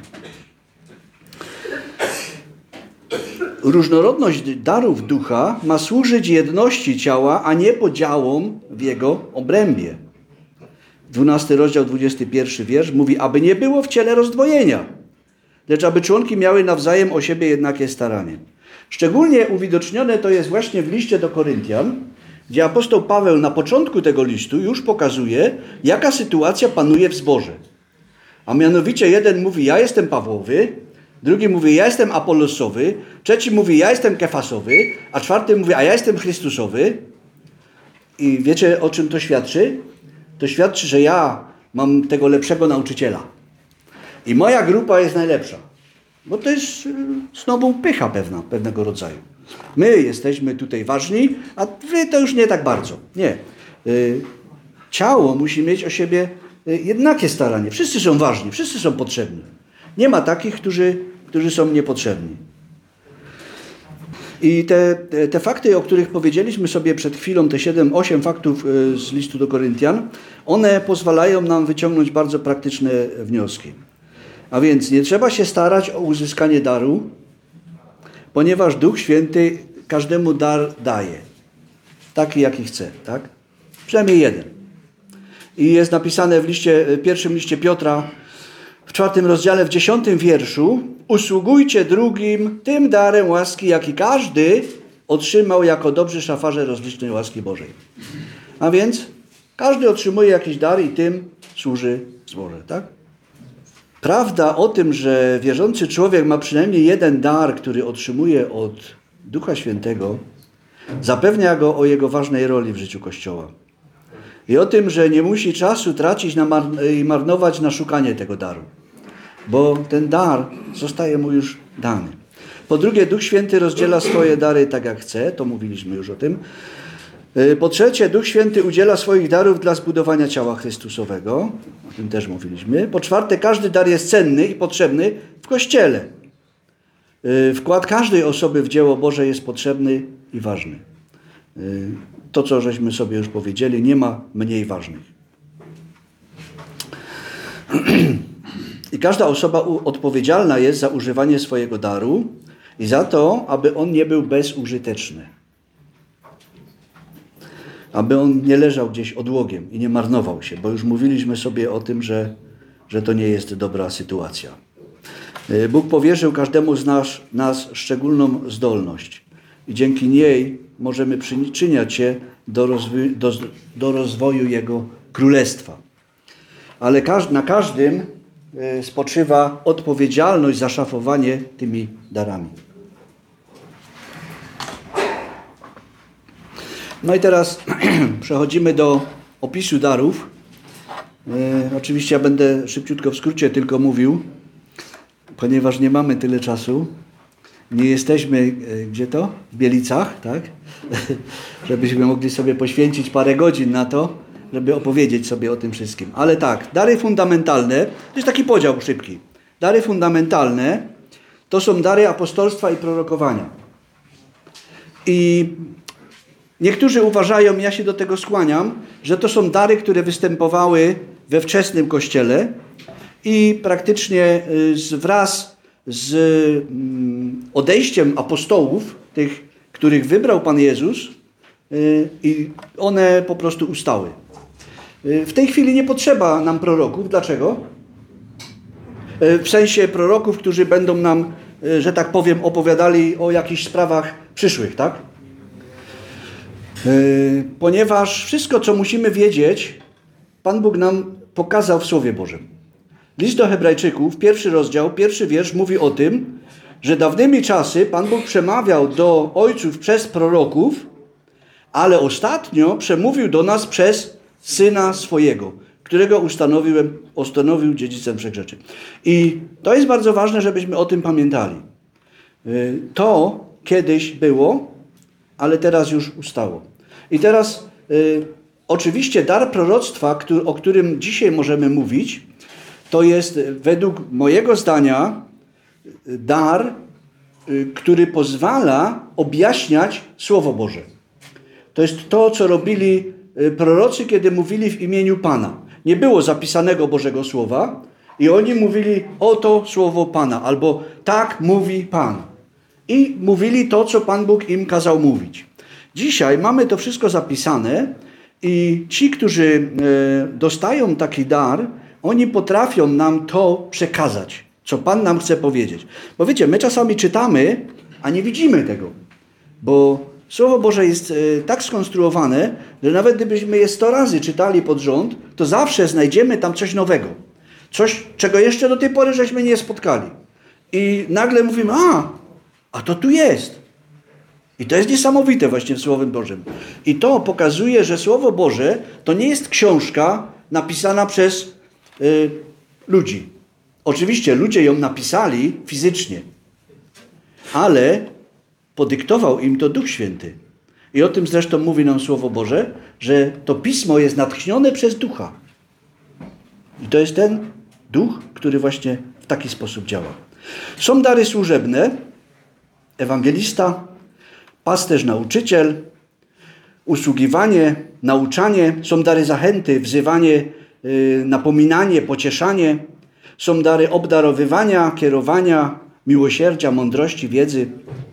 Różnorodność darów ducha ma służyć jedności ciała, a nie podziałom w jego obrębie. dwunasty rozdział, dwudziesty pierwszy wiersz mówi, aby nie było w ciele rozdwojenia, lecz aby członki miały nawzajem o siebie jednakie staranie. Szczególnie uwidocznione to jest właśnie w liście do Koryntian, gdzie apostoł Paweł na początku tego listu już pokazuje, jaka sytuacja panuje w zborze. A mianowicie jeden mówi, ja jestem Pawłowy, drugi mówi, ja jestem Apollosowy, trzeci mówi, ja jestem Kefasowy, a czwarty mówi, a ja jestem Chrystusowy. I wiecie, o czym to świadczy? To świadczy, że ja mam tego lepszego nauczyciela. I moja grupa jest najlepsza. Bo to jest znowu pycha pewna, pewnego rodzaju. My jesteśmy tutaj ważni, a wy to już nie tak bardzo. Nie. Ciało musi mieć o siebie jednakie staranie. Wszyscy są ważni, wszyscy są potrzebni. Nie ma takich, którzy, którzy są niepotrzebni. I te, te, te fakty, o których powiedzieliśmy sobie przed chwilą, te siedem, osiem faktów z listu do Koryntian, one pozwalają nam wyciągnąć bardzo praktyczne wnioski. A więc nie trzeba się starać o uzyskanie daru, ponieważ Duch Święty każdemu dar daje. Taki, jaki chce, tak? Przynajmniej jeden. I jest napisane w liście, pierwszym liście Piotra, w czwartym rozdziale, w dziesiątym wierszu, usługujcie drugim tym darem łaski, jaki każdy otrzymał jako dobrzy szafarze rozlicznej łaski Bożej. A więc każdy otrzymuje jakiś dar i tym służy zborze, tak? Prawda o tym, że wierzący człowiek ma przynajmniej jeden dar, który otrzymuje od Ducha Świętego, zapewnia go o jego ważnej roli w życiu Kościoła. I o tym, że nie musi czasu tracić na mar- i marnować na szukanie tego daru. Bo ten dar zostaje mu już dany. Po drugie, Duch Święty rozdziela swoje dary tak jak chce. To mówiliśmy już o tym. Po trzecie, Duch Święty udziela swoich darów dla zbudowania ciała Chrystusowego. O tym też mówiliśmy. Po czwarte, każdy dar jest cenny i potrzebny w Kościele. Wkład każdej osoby w dzieło Boże jest potrzebny i ważny. To, co żeśmy sobie już powiedzieli, nie ma mniej ważnych. I każda osoba odpowiedzialna jest za używanie swojego daru i za to, aby on nie był bezużyteczny. Aby on nie leżał gdzieś odłogiem i nie marnował się, bo już mówiliśmy sobie o tym, że, że to nie jest dobra sytuacja. Bóg powierzył każdemu z nas, nas szczególną zdolność i dzięki niej możemy przyczyniać się do rozwoju, do, do rozwoju Jego Królestwa. Ale każ, na każdym spoczywa odpowiedzialność za szafowanie tymi darami. No i teraz przechodzimy do opisu darów. E, oczywiście ja będę szybciutko w skrócie tylko mówił, ponieważ nie mamy tyle czasu. Nie jesteśmy, e, gdzie to? W Bielicach, tak? Żebyśmy mogli sobie poświęcić parę godzin na to, żeby opowiedzieć sobie o tym wszystkim. Ale tak, dary fundamentalne, to jest taki podział szybki. Dary fundamentalne to są dary apostolstwa i prorokowania. I niektórzy uważają, ja się do tego skłaniam, że to są dary, które występowały we wczesnym Kościele i praktycznie wraz z odejściem apostołów, tych, których wybrał Pan Jezus, i one po prostu ustały. W tej chwili nie potrzeba nam proroków. Dlaczego? W sensie proroków, którzy będą nam, że tak powiem, opowiadali o jakichś sprawach przyszłych, tak? Ponieważ wszystko, co musimy wiedzieć, Pan Bóg nam pokazał w Słowie Bożym. List do Hebrajczyków, pierwszy rozdział, pierwszy wiersz mówi o tym, że dawnymi czasy Pan Bóg przemawiał do ojców przez proroków, ale ostatnio przemówił do nas przez Syna swojego, którego ustanowiłem, ustanowił dziedzicem wszech rzeczy. I to jest bardzo ważne, żebyśmy o tym pamiętali. To kiedyś było, ale teraz już ustało. I teraz y, oczywiście dar proroctwa, który, o którym dzisiaj możemy mówić, to jest według mojego zdania dar, y, który pozwala objaśniać Słowo Boże. To jest to, co robili prorocy, kiedy mówili w imieniu Pana. Nie było zapisanego Bożego Słowa i oni mówili oto Słowo Pana albo tak mówi Pan. I mówili to, co Pan Bóg im kazał mówić. Dzisiaj mamy to wszystko zapisane i ci, którzy dostają taki dar, oni potrafią nam to przekazać, co Pan nam chce powiedzieć. Bo wiecie, my czasami czytamy, a nie widzimy tego. Bo Słowo Boże jest tak skonstruowane, że nawet gdybyśmy je sto razy czytali pod rząd, to zawsze znajdziemy tam coś nowego. Coś, czego jeszcze do tej pory żeśmy nie spotkali. I nagle mówimy, a, a to tu jest. I to jest niesamowite właśnie w Słowie Bożym. I to pokazuje, że Słowo Boże to nie jest książka napisana przez y, ludzi. Oczywiście ludzie ją napisali fizycznie, ale podyktował im to Duch Święty. I o tym zresztą mówi nam Słowo Boże, że to Pismo jest natchnione przez Ducha. I to jest ten Duch, który właśnie w taki sposób działa. Są dary służebne, ewangelista, pasterz, nauczyciel, usługiwanie, nauczanie, są dary zachęty, wzywanie, yy, napominanie, pocieszanie, są dary obdarowywania, kierowania, miłosierdzia, mądrości, wiedzy.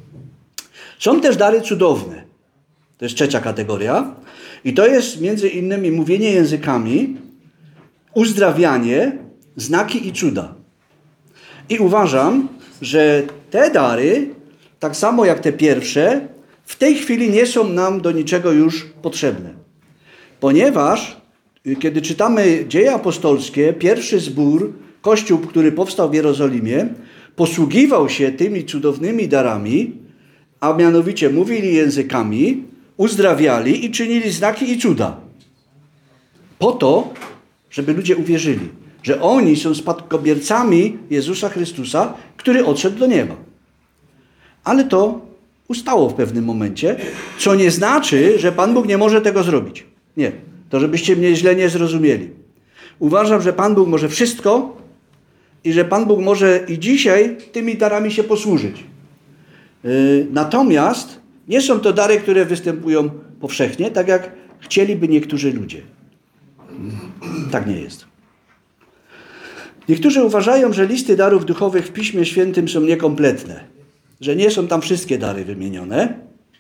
Są też dary cudowne. To jest trzecia kategoria. I to jest między innymi mówienie językami, uzdrawianie, znaki i cuda. I uważam, że te dary, tak samo jak te pierwsze, w tej chwili nie są nam do niczego już potrzebne. Ponieważ, kiedy czytamy Dzieje Apostolskie, pierwszy zbór, kościół, który powstał w Jerozolimie, posługiwał się tymi cudownymi darami, a mianowicie mówili językami, uzdrawiali i czynili znaki i cuda. Po to, żeby ludzie uwierzyli, że oni są spadkobiercami Jezusa Chrystusa, który odszedł do nieba. Ale to ustało w pewnym momencie, co nie znaczy, że Pan Bóg nie może tego zrobić. Nie, to żebyście mnie źle nie zrozumieli. Uważam, że Pan Bóg może wszystko i że Pan Bóg może i dzisiaj tymi darami się posłużyć. Yy, natomiast nie są to dary, które występują powszechnie, tak jak chcieliby niektórzy ludzie. Tak nie jest. Niektórzy uważają, że listy darów duchowych w Piśmie Świętym są niekompletne, że nie są tam wszystkie dary wymienione.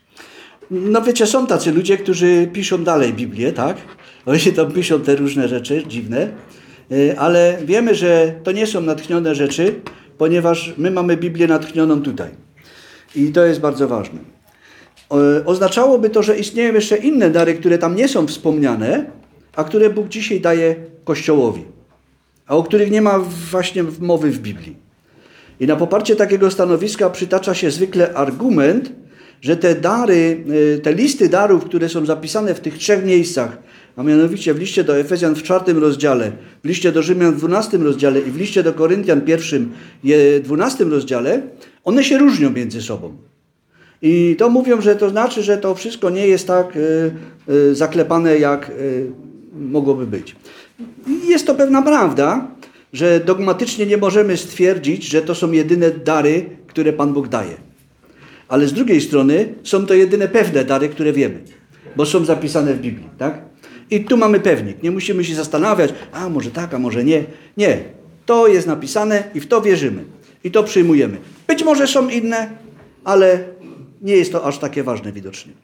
No wiecie, są tacy ludzie, którzy piszą dalej Biblię, tak? Oni tam piszą te różne rzeczy dziwne, ale wiemy, że to nie są natchnione rzeczy, ponieważ my mamy Biblię natchnioną tutaj. I to jest bardzo ważne. Oznaczałoby to, że istnieją jeszcze inne dary, które tam nie są wspomniane, a które Bóg dzisiaj daje Kościołowi, a o których nie ma właśnie mowy w Biblii. I na poparcie takiego stanowiska przytacza się zwykle argument, że te dary, te listy darów, które są zapisane w tych trzech miejscach, a mianowicie w liście do Efezjan w czwartym rozdziale, w liście do Rzymian w dwunastym rozdziale i w liście do Koryntian pierwszym, dwunastym rozdziale, one się różnią między sobą. I to mówią, że to znaczy, że to wszystko nie jest tak y, y, zaklepane, jak y, mogłoby być. I jest to pewna prawda, że dogmatycznie nie możemy stwierdzić, że to są jedyne dary, które Pan Bóg daje. Ale z drugiej strony są to jedyne pewne dary, które wiemy, bo są zapisane w Biblii, tak? I tu mamy pewnik. Nie musimy się zastanawiać, a może tak, a może nie. Nie. To jest napisane i w to wierzymy. I to przyjmujemy. Być może są inne, ale nie jest to aż takie ważne widocznie.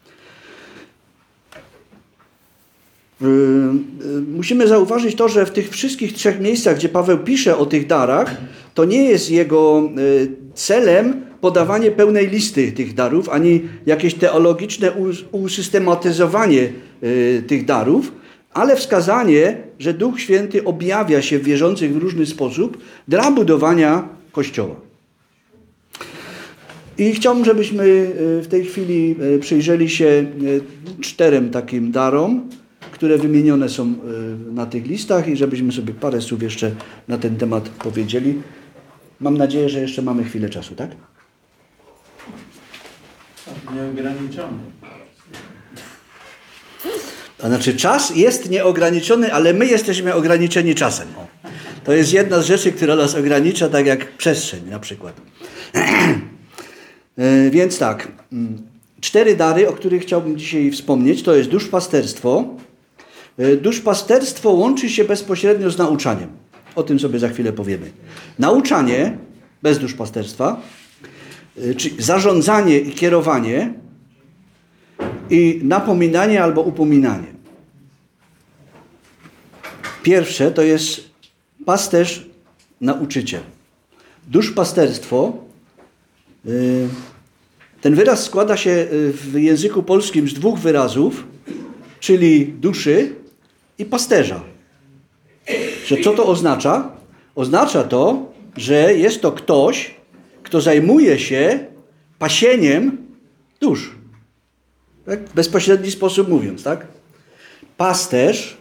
Musimy zauważyć to, że w tych wszystkich trzech miejscach, gdzie Paweł pisze o tych darach, to nie jest jego celem podawanie pełnej listy tych darów, ani jakieś teologiczne usystematyzowanie tych darów, ale wskazanie, że Duch Święty objawia się w wierzących w różny sposób dla budowania Kościoła. I chciałbym, żebyśmy w tej chwili przyjrzeli się czterem takim darom, które wymienione są na tych listach i żebyśmy sobie parę słów jeszcze na ten temat powiedzieli. Mam nadzieję, że jeszcze mamy chwilę czasu, tak? Nieograniczony. To znaczy czas jest nieograniczony, ale my jesteśmy ograniczeni czasem. O. To jest jedna z rzeczy, która nas ogranicza, tak jak przestrzeń na przykład. Więc tak, cztery dary, o których chciałbym dzisiaj wspomnieć, to jest duszpasterstwo. Duszpasterstwo łączy się bezpośrednio z nauczaniem. O tym sobie za chwilę powiemy. Nauczanie bez duszpasterstwa, czyli zarządzanie i kierowanie i napominanie albo upominanie. Pierwsze to jest pasterz, nauczyciel. Duszpasterstwo, ten wyraz składa się w języku polskim z dwóch wyrazów, czyli duszy i pasterza. Że co to oznacza? Oznacza to, że jest to ktoś, kto zajmuje się pasieniem dusz. Tak? W bezpośredni sposób mówiąc, tak? Pasterz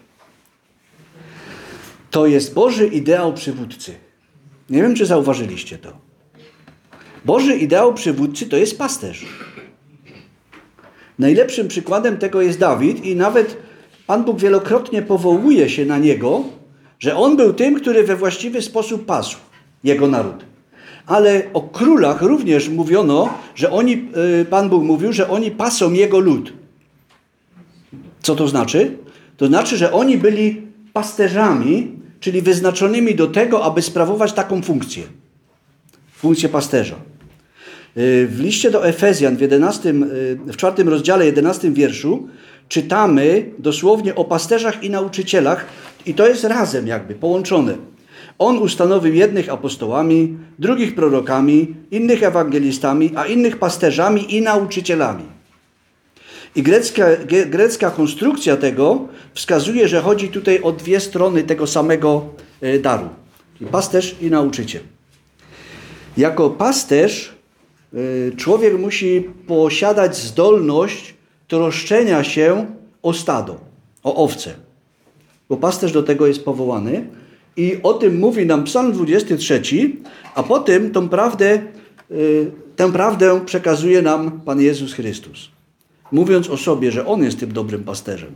to jest Boży ideał przywódcy. Nie wiem, czy zauważyliście to. Boży ideał przywódcy to jest pasterz. Najlepszym przykładem tego jest Dawid i nawet Pan Bóg wielokrotnie powołuje się na niego, że on był tym, który we właściwy sposób pasł jego naród. Ale o królach również mówiono, że oni, Pan Bóg mówił, że oni pasą jego lud. Co to znaczy? To znaczy, że oni byli pasterzami, czyli wyznaczonymi do tego, aby sprawować taką funkcję. Funkcję pasterza. W liście do Efezjan w, jedenastym, w czwartym rozdziale, jedenastym wierszu czytamy dosłownie o pasterzach i nauczycielach i to jest razem jakby połączone. On ustanowił jednych apostołami, drugich prorokami, innych ewangelistami, a innych pasterzami i nauczycielami. I grecka, grecka konstrukcja tego wskazuje, że chodzi tutaj o dwie strony tego samego daru. Pasterz i nauczyciel. Jako pasterz człowiek musi posiadać zdolność troszczenia się o stado, o owce. Bo pasterz do tego jest powołany i o tym mówi nam Psalm dwudziesty trzeci, a potem tą prawdę, tę prawdę przekazuje nam Pan Jezus Chrystus. Mówiąc o sobie, że On jest tym dobrym pasterzem.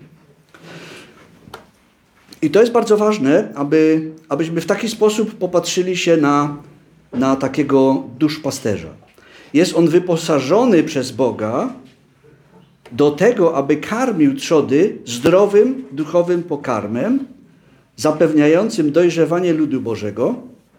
I to jest bardzo ważne, aby, abyśmy w taki sposób popatrzyli się na, na takiego duszpasterza. Jest on wyposażony przez Boga do tego, aby karmił trzody zdrowym, duchowym pokarmem, zapewniającym dojrzewanie ludu Bożego.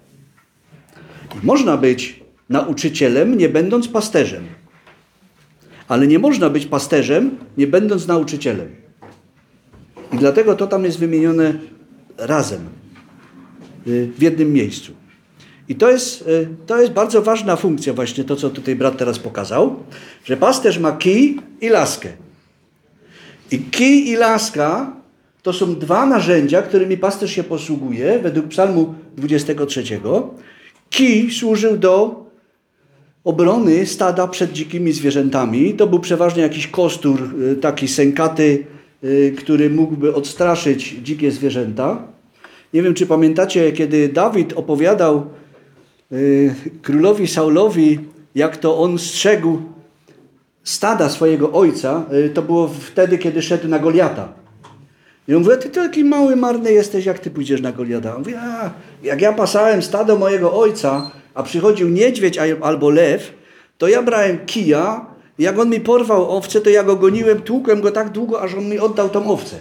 I można być nauczycielem, nie będąc pasterzem. Ale nie można być pasterzem, nie będąc nauczycielem. I dlatego to tam jest wymienione razem, w jednym miejscu. I to jest, to jest bardzo ważna funkcja właśnie to, co tutaj brat teraz pokazał, że pasterz ma kij i laskę. I kij i laska to są dwa narzędzia, którymi pasterz się posługuje według Psalmu dwudziestego trzeciego. Kij służył do obrony stada przed dzikimi zwierzętami. To był przeważnie jakiś kostur, taki sękaty, który mógłby odstraszyć dzikie zwierzęta. Nie wiem, czy pamiętacie, kiedy Dawid opowiadał królowi Saulowi, jak to on strzegł stada swojego ojca, to było wtedy, kiedy szedł na Goliata. I on mówi, ty taki mały, marny jesteś, jak ty pójdziesz na Goliata? On mówi, a, jak ja pasałem stado mojego ojca, a przychodził niedźwiedź albo lew, to ja brałem kija, jak on mi porwał owcę, to ja go goniłem, tłukłem go tak długo, aż on mi oddał tą owcę.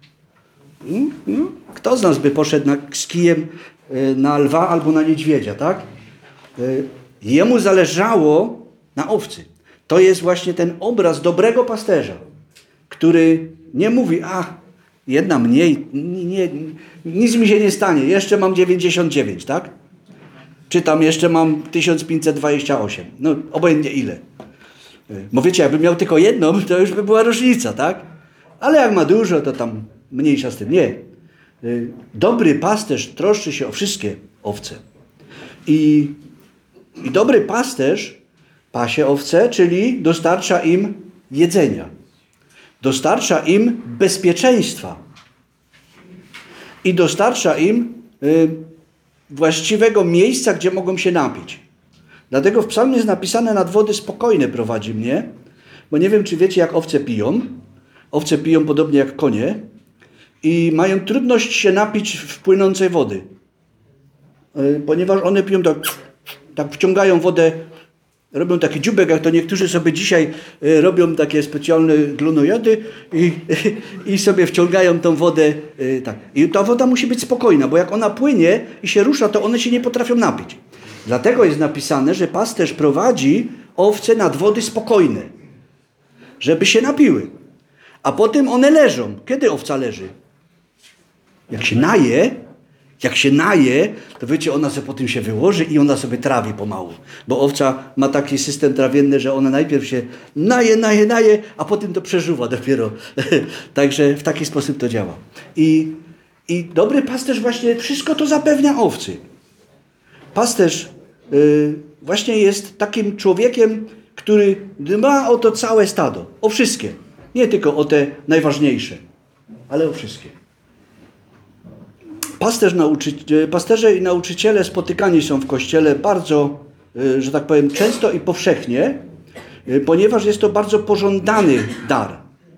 Kto z nas by poszedł na, z kijem na lwa albo na niedźwiedzia, tak? Jemu zależało na owcy. To jest właśnie ten obraz dobrego pasterza, który nie mówi, a jedna mniej, nie, nie, nic mi się nie stanie, jeszcze mam dziewięćdziesiąt dziewięć, tak? Czy tam jeszcze mam tysiąc pięćset dwadzieścia osiem, no obojętnie ile. Bo wiecie, jakby miał tylko jedną, to już by była różnica, tak? Ale jak ma dużo, to tam mniejsza z tym. Nie. Dobry pasterz troszczy się o wszystkie owce. I, i dobry pasterz pasie owce, czyli dostarcza im jedzenia. Dostarcza im bezpieczeństwa. i dostarcza im y, właściwego miejsca, gdzie mogą się napić. Dlatego w psalmie jest napisane: nad wody spokojne prowadzi mnie, bo nie wiem, czy wiecie, jak owce piją. Owce piją podobnie jak konie i mają trudność się napić w płynącej wody, y, ponieważ one piją tak, tak wciągają wodę, robią taki dziubek, jak to niektórzy sobie dzisiaj y, robią takie specjalne glonojady i, i sobie wciągają tą wodę. Y, tak. I ta woda musi być spokojna, bo jak ona płynie i się rusza, to one się nie potrafią napić. Dlatego jest napisane, że pasterz prowadzi owce nad wody spokojne, żeby się napiły. A potem one leżą. Kiedy owca leży? Jak się naje, jak się naje, to wiecie, ona sobie potem się wyłoży i ona sobie trawi pomału. Bo owca ma taki system trawienny, że ona najpierw się naje, naje, naje, a potem to przeżuwa dopiero. Także w taki sposób to działa. I, i dobry pasterz właśnie wszystko to zapewnia owcy. Pasterz y, właśnie jest takim człowiekiem, który dba o to całe stado. O wszystkie. Nie tylko o te najważniejsze, ale o wszystkie. Pasterz, nauczy, pasterze i nauczyciele spotykani są w Kościele bardzo, że tak powiem, często i powszechnie, ponieważ jest to bardzo pożądany dar.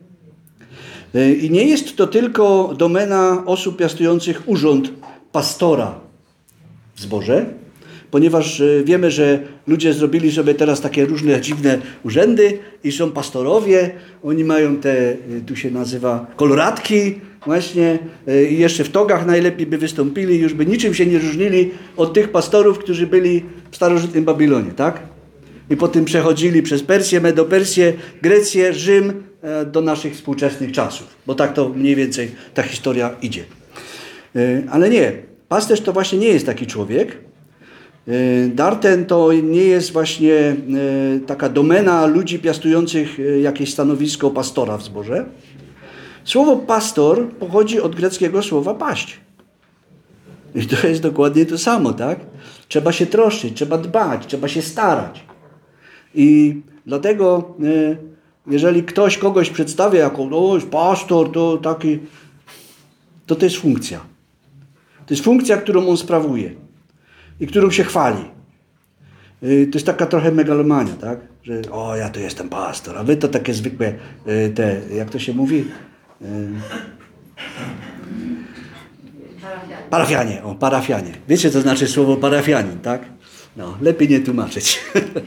I nie jest to tylko domena osób piastujących urząd pastora w zborze, ponieważ wiemy, że ludzie zrobili sobie teraz takie różne dziwne urzędy i są pastorowie, oni mają te, tu się nazywa koloratki właśnie i jeszcze w togach najlepiej by wystąpili, już by niczym się nie różnili od tych pastorów, którzy byli w starożytnym Babilonie, tak? I potem przechodzili przez Persję, Medopersję, Grecję, Rzym do naszych współczesnych czasów, bo tak to mniej więcej ta historia idzie. Ale nie, pasterz to właśnie nie jest taki człowiek. Dar ten to nie jest właśnie taka domena ludzi piastujących jakieś stanowisko pastora w zborze. Słowo pastor pochodzi od greckiego słowa paść. I to jest dokładnie to samo, tak? Trzeba się troszczyć, trzeba dbać, trzeba się starać. I dlatego, jeżeli ktoś kogoś przedstawia jako no, pastor, to taki, to to jest funkcja. To jest funkcja, którą on sprawuje i którą się chwali. To jest taka trochę megalomania, tak? Że o, ja to jestem pastor, a wy to takie zwykłe te, jak to się mówi? Parafianie. Parafianie, o, parafianie. Wiecie, co znaczy słowo parafianin, tak? No, lepiej nie tłumaczyć.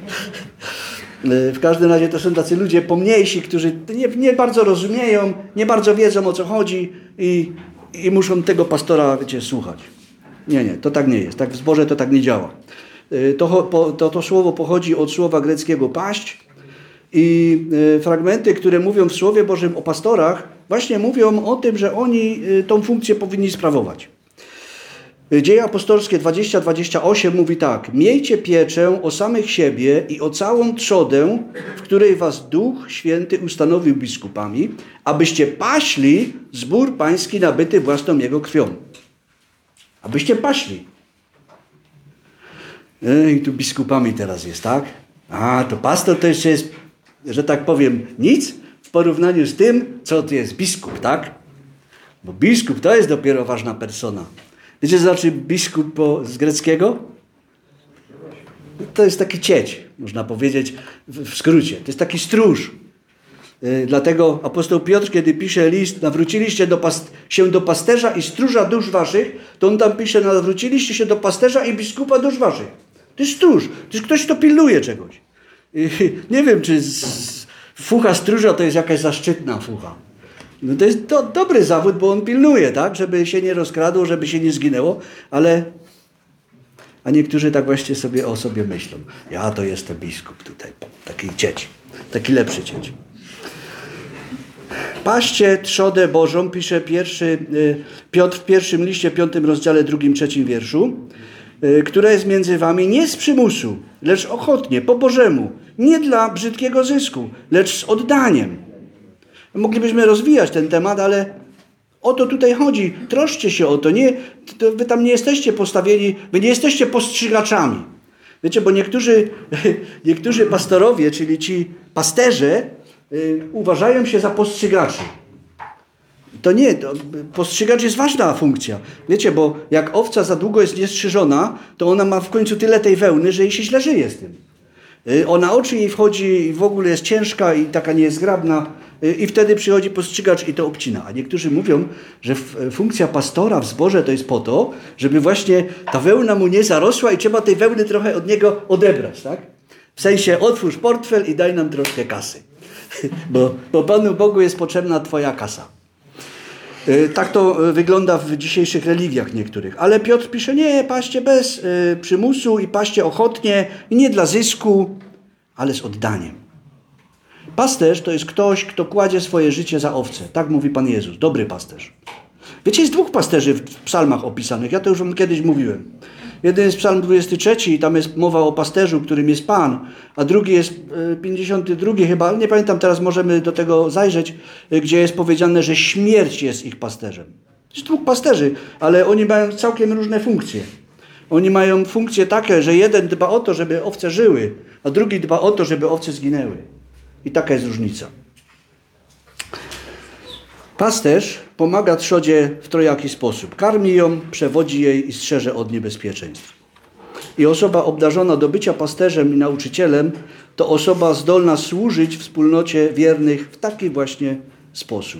W każdym razie to są tacy ludzie pomniejsi, którzy nie, nie bardzo rozumieją, nie bardzo wiedzą, o co chodzi i, i muszą tego pastora, wiecie, słuchać. Nie, nie, to tak nie jest. Tak w zborze to tak nie działa. To, to, to słowo pochodzi od słowa greckiego paść i fragmenty, które mówią w Słowie Bożym o pastorach, właśnie mówią o tym, że oni tą funkcję powinni sprawować. Dzieje apostolskie dwadzieścia dwadzieścia osiem mówi tak: miejcie pieczę o samych siebie i o całą trzodę, w której was Duch Święty ustanowił biskupami, abyście paśli zbór pański nabyty własną jego krwią. Abyście paśli. I tu biskupami teraz jest, tak? A, to pastor to jeszcze jest, że tak powiem, nic w porównaniu z tym, co to jest biskup, tak? Bo biskup to jest dopiero ważna persona. Wiecie, co znaczy biskup po, z greckiego? To jest taki cieć, można powiedzieć w, w skrócie. To jest taki stróż. Yy, dlatego apostoł Piotr, kiedy pisze list, nawróciliście do past- się do pasterza i stróża dusz waszych, to on tam pisze, nawróciliście się do pasterza i biskupa dusz waszych. To jest stróż. To jest ktoś, kto pilnuje czegoś. Yy, nie wiem, czy z, z, fucha stróża to jest jakaś zaszczytna fucha. No to jest do, dobry zawód, bo on pilnuje, tak? Żeby się nie rozkradło, żeby się nie zginęło, ale a niektórzy tak właśnie sobie o sobie myślą. Ja to jestem biskup tutaj, taki cieć, taki lepszy cieć. Paście trzodę Bożą, pisze pierwszy Piotr w pierwszym liście, piątym rozdziale, drugim, trzecim wierszu, która jest między wami nie z przymusu, lecz ochotnie, po Bożemu, nie dla brzydkiego zysku, lecz z oddaniem. Moglibyśmy rozwijać ten temat, ale o to tutaj chodzi. Troszcie się o to. Nie, to wy tam nie jesteście postawieni, wy nie jesteście postrzygaczami. Wiecie, bo niektórzy, niektórzy pastorowie, czyli ci pasterze, yy, uważają się za postrzygaczy. To nie, to postrzygacz jest ważna funkcja. Wiecie, bo jak owca za długo jest niestrzyżona, to ona ma w końcu tyle tej wełny, że jej się źle żyje z tym. Ona oczy jej wchodzi i w ogóle jest ciężka i taka niezgrabna i wtedy przychodzi postrzygacz i to obcina. A niektórzy mówią, że funkcja pastora w zborze to jest po to, żeby właśnie ta wełna mu nie zarosła i trzeba tej wełny trochę od niego odebrać, tak? W sensie otwórz portfel i daj nam troszkę kasy. Bo, bo Panu Bogu jest potrzebna twoja kasa. Tak to wygląda w dzisiejszych religiach niektórych. Ale Piotr pisze, nie, paście bez y, przymusu i paście ochotnie i nie dla zysku, ale z oddaniem. Pasterz to jest ktoś, kto kładzie swoje życie za owce. Tak mówi Pan Jezus, dobry pasterz. Wiecie, jest dwóch pasterzy w psalmach opisanych. Ja to już wam kiedyś mówiłem. Jeden jest psalm dwudziesty trzeci i tam jest mowa o pasterzu, którym jest Pan, a drugi jest pięćdziesiąty drugi chyba, ale nie pamiętam, teraz możemy do tego zajrzeć, gdzie jest powiedziane, że śmierć jest ich pasterzem. Jest dwóch pasterzy, ale oni mają całkiem różne funkcje. Oni mają funkcje takie, że jeden dba o to, żeby owce żyły, a drugi dba o to, żeby owce zginęły. I taka jest różnica. Pasterz pomaga trzodzie w trojaki sposób. Karmi ją, przewodzi jej i strzeże od niebezpieczeństw. I osoba obdarzona do bycia pasterzem i nauczycielem to osoba zdolna służyć wspólnocie wiernych w taki właśnie sposób.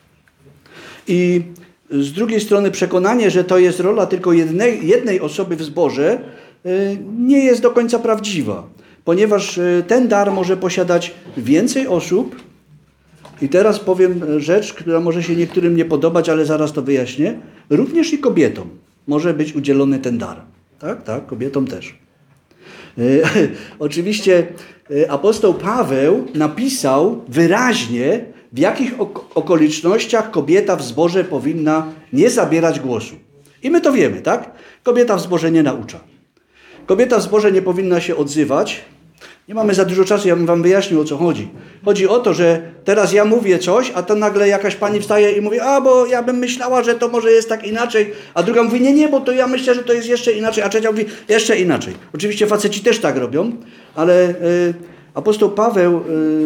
I z drugiej strony przekonanie, że to jest rola tylko jednej, jednej osoby w zborze, nie jest do końca prawdziwa, ponieważ ten dar może posiadać więcej osób. I teraz powiem rzecz, która może się niektórym nie podobać, ale zaraz to wyjaśnię. Również i kobietom może być udzielony ten dar. Tak, tak, kobietom też. E, oczywiście apostoł Paweł napisał wyraźnie, w jakich ok- okolicznościach kobieta w zborze powinna nie zabierać głosu. I my to wiemy, tak? Kobieta w zborze nie naucza. Kobieta w zborze nie powinna się odzywać. Nie mamy za dużo czasu, ja bym wam wyjaśnił, o co chodzi. Chodzi o to, że teraz ja mówię coś, a to nagle jakaś pani wstaje i mówi, a bo ja bym myślała, że to może jest tak inaczej, a druga mówi, nie, nie, bo to ja myślę, że to jest jeszcze inaczej, a trzecia mówi, jeszcze inaczej. Oczywiście faceci też tak robią, ale y, apostoł Paweł y,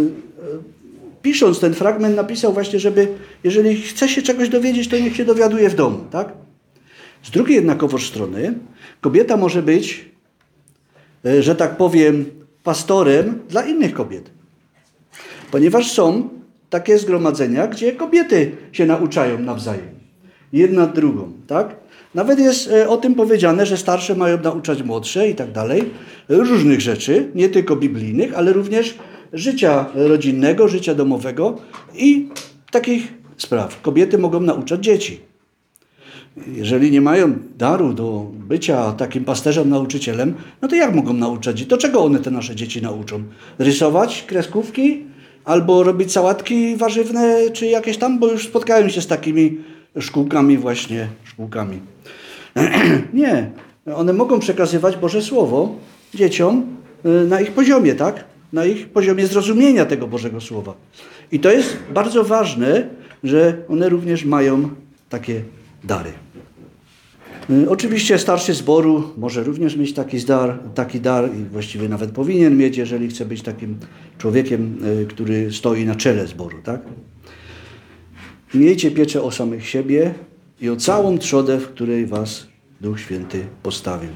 y, pisząc ten fragment napisał właśnie, żeby jeżeli chce się czegoś dowiedzieć, to niech się dowiaduje w domu, tak? Z drugiej jednakowoż strony kobieta może być, y, że tak powiem, pastorem dla innych kobiet. Ponieważ są takie zgromadzenia, gdzie kobiety się nauczają nawzajem. Jedna drugą, tak? Nawet jest o tym powiedziane, że starsze mają nauczać młodsze i tak dalej. Różnych rzeczy, nie tylko biblijnych, ale również życia rodzinnego, życia domowego i takich spraw. Kobiety mogą nauczać dzieci. Jeżeli nie mają daru do bycia takim pasterzem, nauczycielem, no to jak mogą nauczać? Do czego one te nasze dzieci nauczą? Rysować kreskówki? Albo robić sałatki warzywne, czy jakieś tam? Bo już spotkałem się z takimi szkółkami właśnie, szkółkami. Nie. One mogą przekazywać Boże Słowo dzieciom na ich poziomie, tak? Na ich poziomie zrozumienia tego Bożego Słowa. I to jest bardzo ważne, że one również mają takie dary. Oczywiście starszy zboru może również mieć taki dar, taki dar i właściwie nawet powinien mieć, jeżeli chce być takim człowiekiem, który stoi na czele zboru, tak? Miejcie pieczę o samych siebie i o całą trzodę, w której was Duch Święty postawił.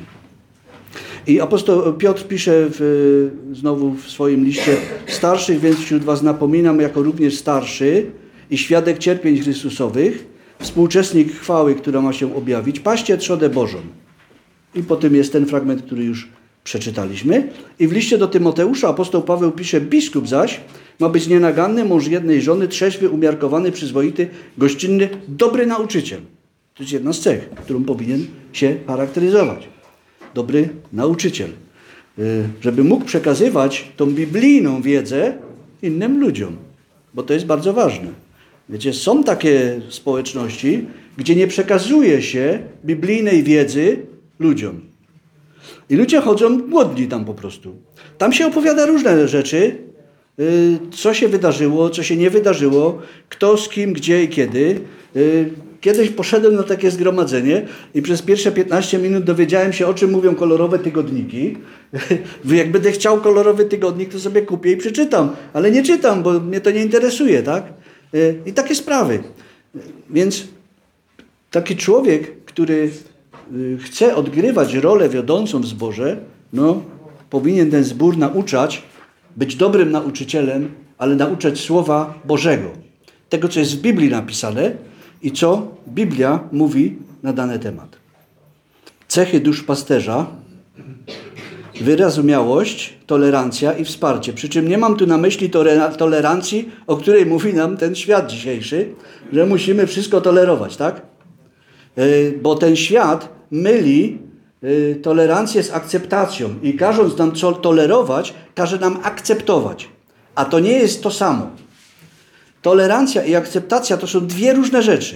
I apostoł Piotr pisze w, znowu w swoim liście, starszych więc wśród was napominam jako również starszy i świadek cierpień Chrystusowych, współuczestnik chwały, która ma się objawić, paście trzodę Bożą. I potem jest ten fragment, który już przeczytaliśmy. I w liście do Tymoteusza apostoł Paweł pisze, biskup zaś ma być nienaganny, mąż jednej żony, trzeźwy, umiarkowany, przyzwoity, gościnny, dobry nauczyciel. To jest jedna z cech, którą powinien się charakteryzować. Dobry nauczyciel. Żeby mógł przekazywać tą biblijną wiedzę innym ludziom. Bo to jest bardzo ważne. Wiecie, są takie społeczności, gdzie nie przekazuje się biblijnej wiedzy ludziom. I ludzie chodzą głodni tam po prostu. Tam się opowiada różne rzeczy, co się wydarzyło, co się nie wydarzyło, kto z kim, gdzie i kiedy. Kiedyś poszedłem na takie zgromadzenie i przez pierwsze piętnaście minut dowiedziałem się, o czym mówią kolorowe tygodniki. Jak będę chciał kolorowy tygodnik, to sobie kupię i przeczytam. Ale nie czytam, bo mnie to nie interesuje, tak? I takie sprawy. Więc taki człowiek, który chce odgrywać rolę wiodącą w zborze, no, powinien ten zbór nauczać, być dobrym nauczycielem, ale nauczać Słowa Bożego. Tego, co jest w Biblii napisane i co Biblia mówi na dany temat. Cechy duszpasterza: wyrozumiałość, tolerancja i wsparcie. Przy czym nie mam tu na myśli tolerancji, o której mówi nam ten świat dzisiejszy, że musimy wszystko tolerować, tak? Bo ten świat myli tolerancję z akceptacją i każąc nam co tolerować, każe nam akceptować. A to nie jest to samo. Tolerancja i akceptacja to są dwie różne rzeczy.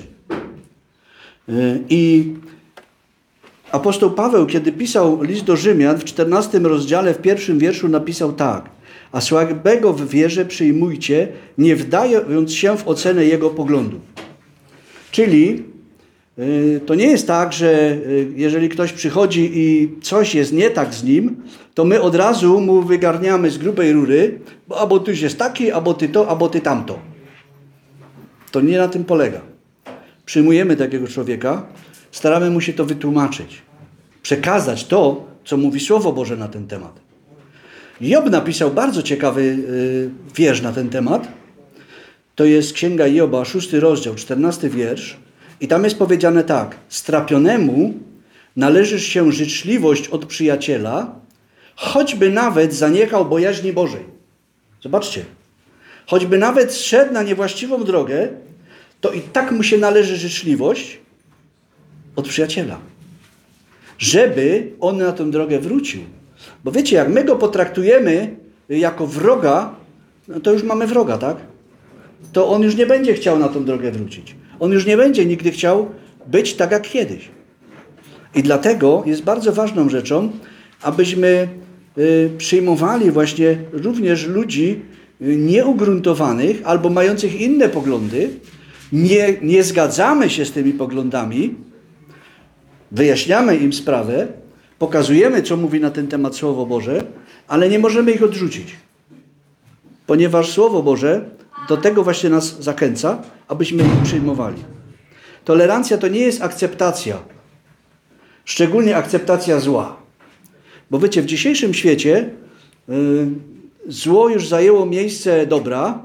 I apostoł Paweł, kiedy pisał list do Rzymian w czternastym rozdziale, w pierwszym wierszu napisał tak: a słabego w wierze przyjmujcie, nie wdając się w ocenę jego poglądów. Czyli to nie jest tak, że jeżeli ktoś przychodzi i coś jest nie tak z nim, to my od razu mu wygarniamy z grubej rury, bo albo ty jest taki, albo ty to, albo ty tamto. To nie na tym polega. Przyjmujemy takiego człowieka, staramy mu się to wytłumaczyć, przekazać to, co mówi Słowo Boże na ten temat. Job napisał bardzo ciekawy yy, wiersz na ten temat. To jest Księga Joba, szósty rozdział, czternasty wiersz. I tam jest powiedziane tak: strapionemu należy się życzliwość od przyjaciela, choćby nawet zaniechał bojaźni Bożej. Zobaczcie. Choćby nawet zszedł na niewłaściwą drogę, to i tak mu się należy życzliwość od przyjaciela. Żeby on na tę drogę wrócił. Bo wiecie, jak my go potraktujemy jako wroga, no to już mamy wroga, tak? To on już nie będzie chciał na tę drogę wrócić. On już nie będzie nigdy chciał być tak jak kiedyś. I dlatego jest bardzo ważną rzeczą, abyśmy y, przyjmowali właśnie również ludzi y, nieugruntowanych albo mających inne poglądy. Nie, nie zgadzamy się z tymi poglądami, wyjaśniamy im sprawę, pokazujemy, co mówi na ten temat Słowo Boże, ale nie możemy ich odrzucić. Ponieważ Słowo Boże do tego właśnie nas zachęca, abyśmy ich przyjmowali. Tolerancja to nie jest akceptacja. Szczególnie akceptacja zła. Bo wiecie, w dzisiejszym świecie yy, zło już zajęło miejsce dobra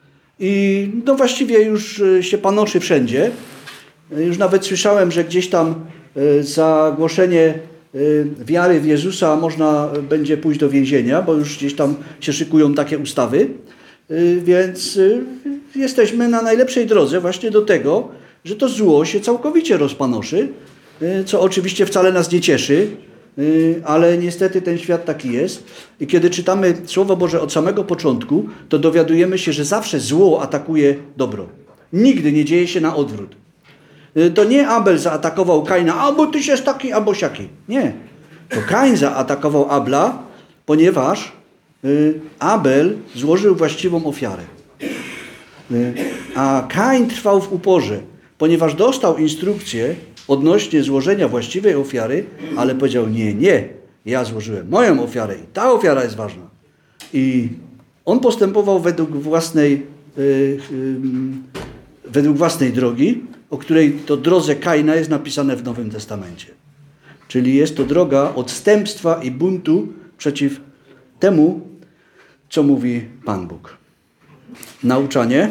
i no właściwie już się panoszy wszędzie. Już nawet słyszałem, że gdzieś tam yy, za głoszenie yy, wiary w Jezusa można będzie pójść do więzienia, bo już gdzieś tam się szykują takie ustawy. Więc jesteśmy na najlepszej drodze właśnie do tego, że to zło się całkowicie rozpanoszy, co oczywiście wcale nas nie cieszy, ale niestety ten świat taki jest. I kiedy czytamy Słowo Boże od samego początku, to dowiadujemy się, że zawsze zło atakuje dobro. Nigdy nie dzieje się na odwrót. To nie Abel zaatakował Kaina, albo tyś jest taki, albo siaki. Nie. To Kain zaatakował Abla, ponieważ Abel złożył właściwą ofiarę. A Kain trwał w uporze, ponieważ dostał instrukcję odnośnie złożenia właściwej ofiary, ale powiedział: nie, nie, ja złożyłem moją ofiarę i ta ofiara jest ważna. I on postępował według własnej, yy, yy, według własnej drogi, o której to drodze Kaina jest napisane w Nowym Testamencie. Czyli jest to droga odstępstwa i buntu przeciw temu, co mówi Pan Bóg. Nauczanie.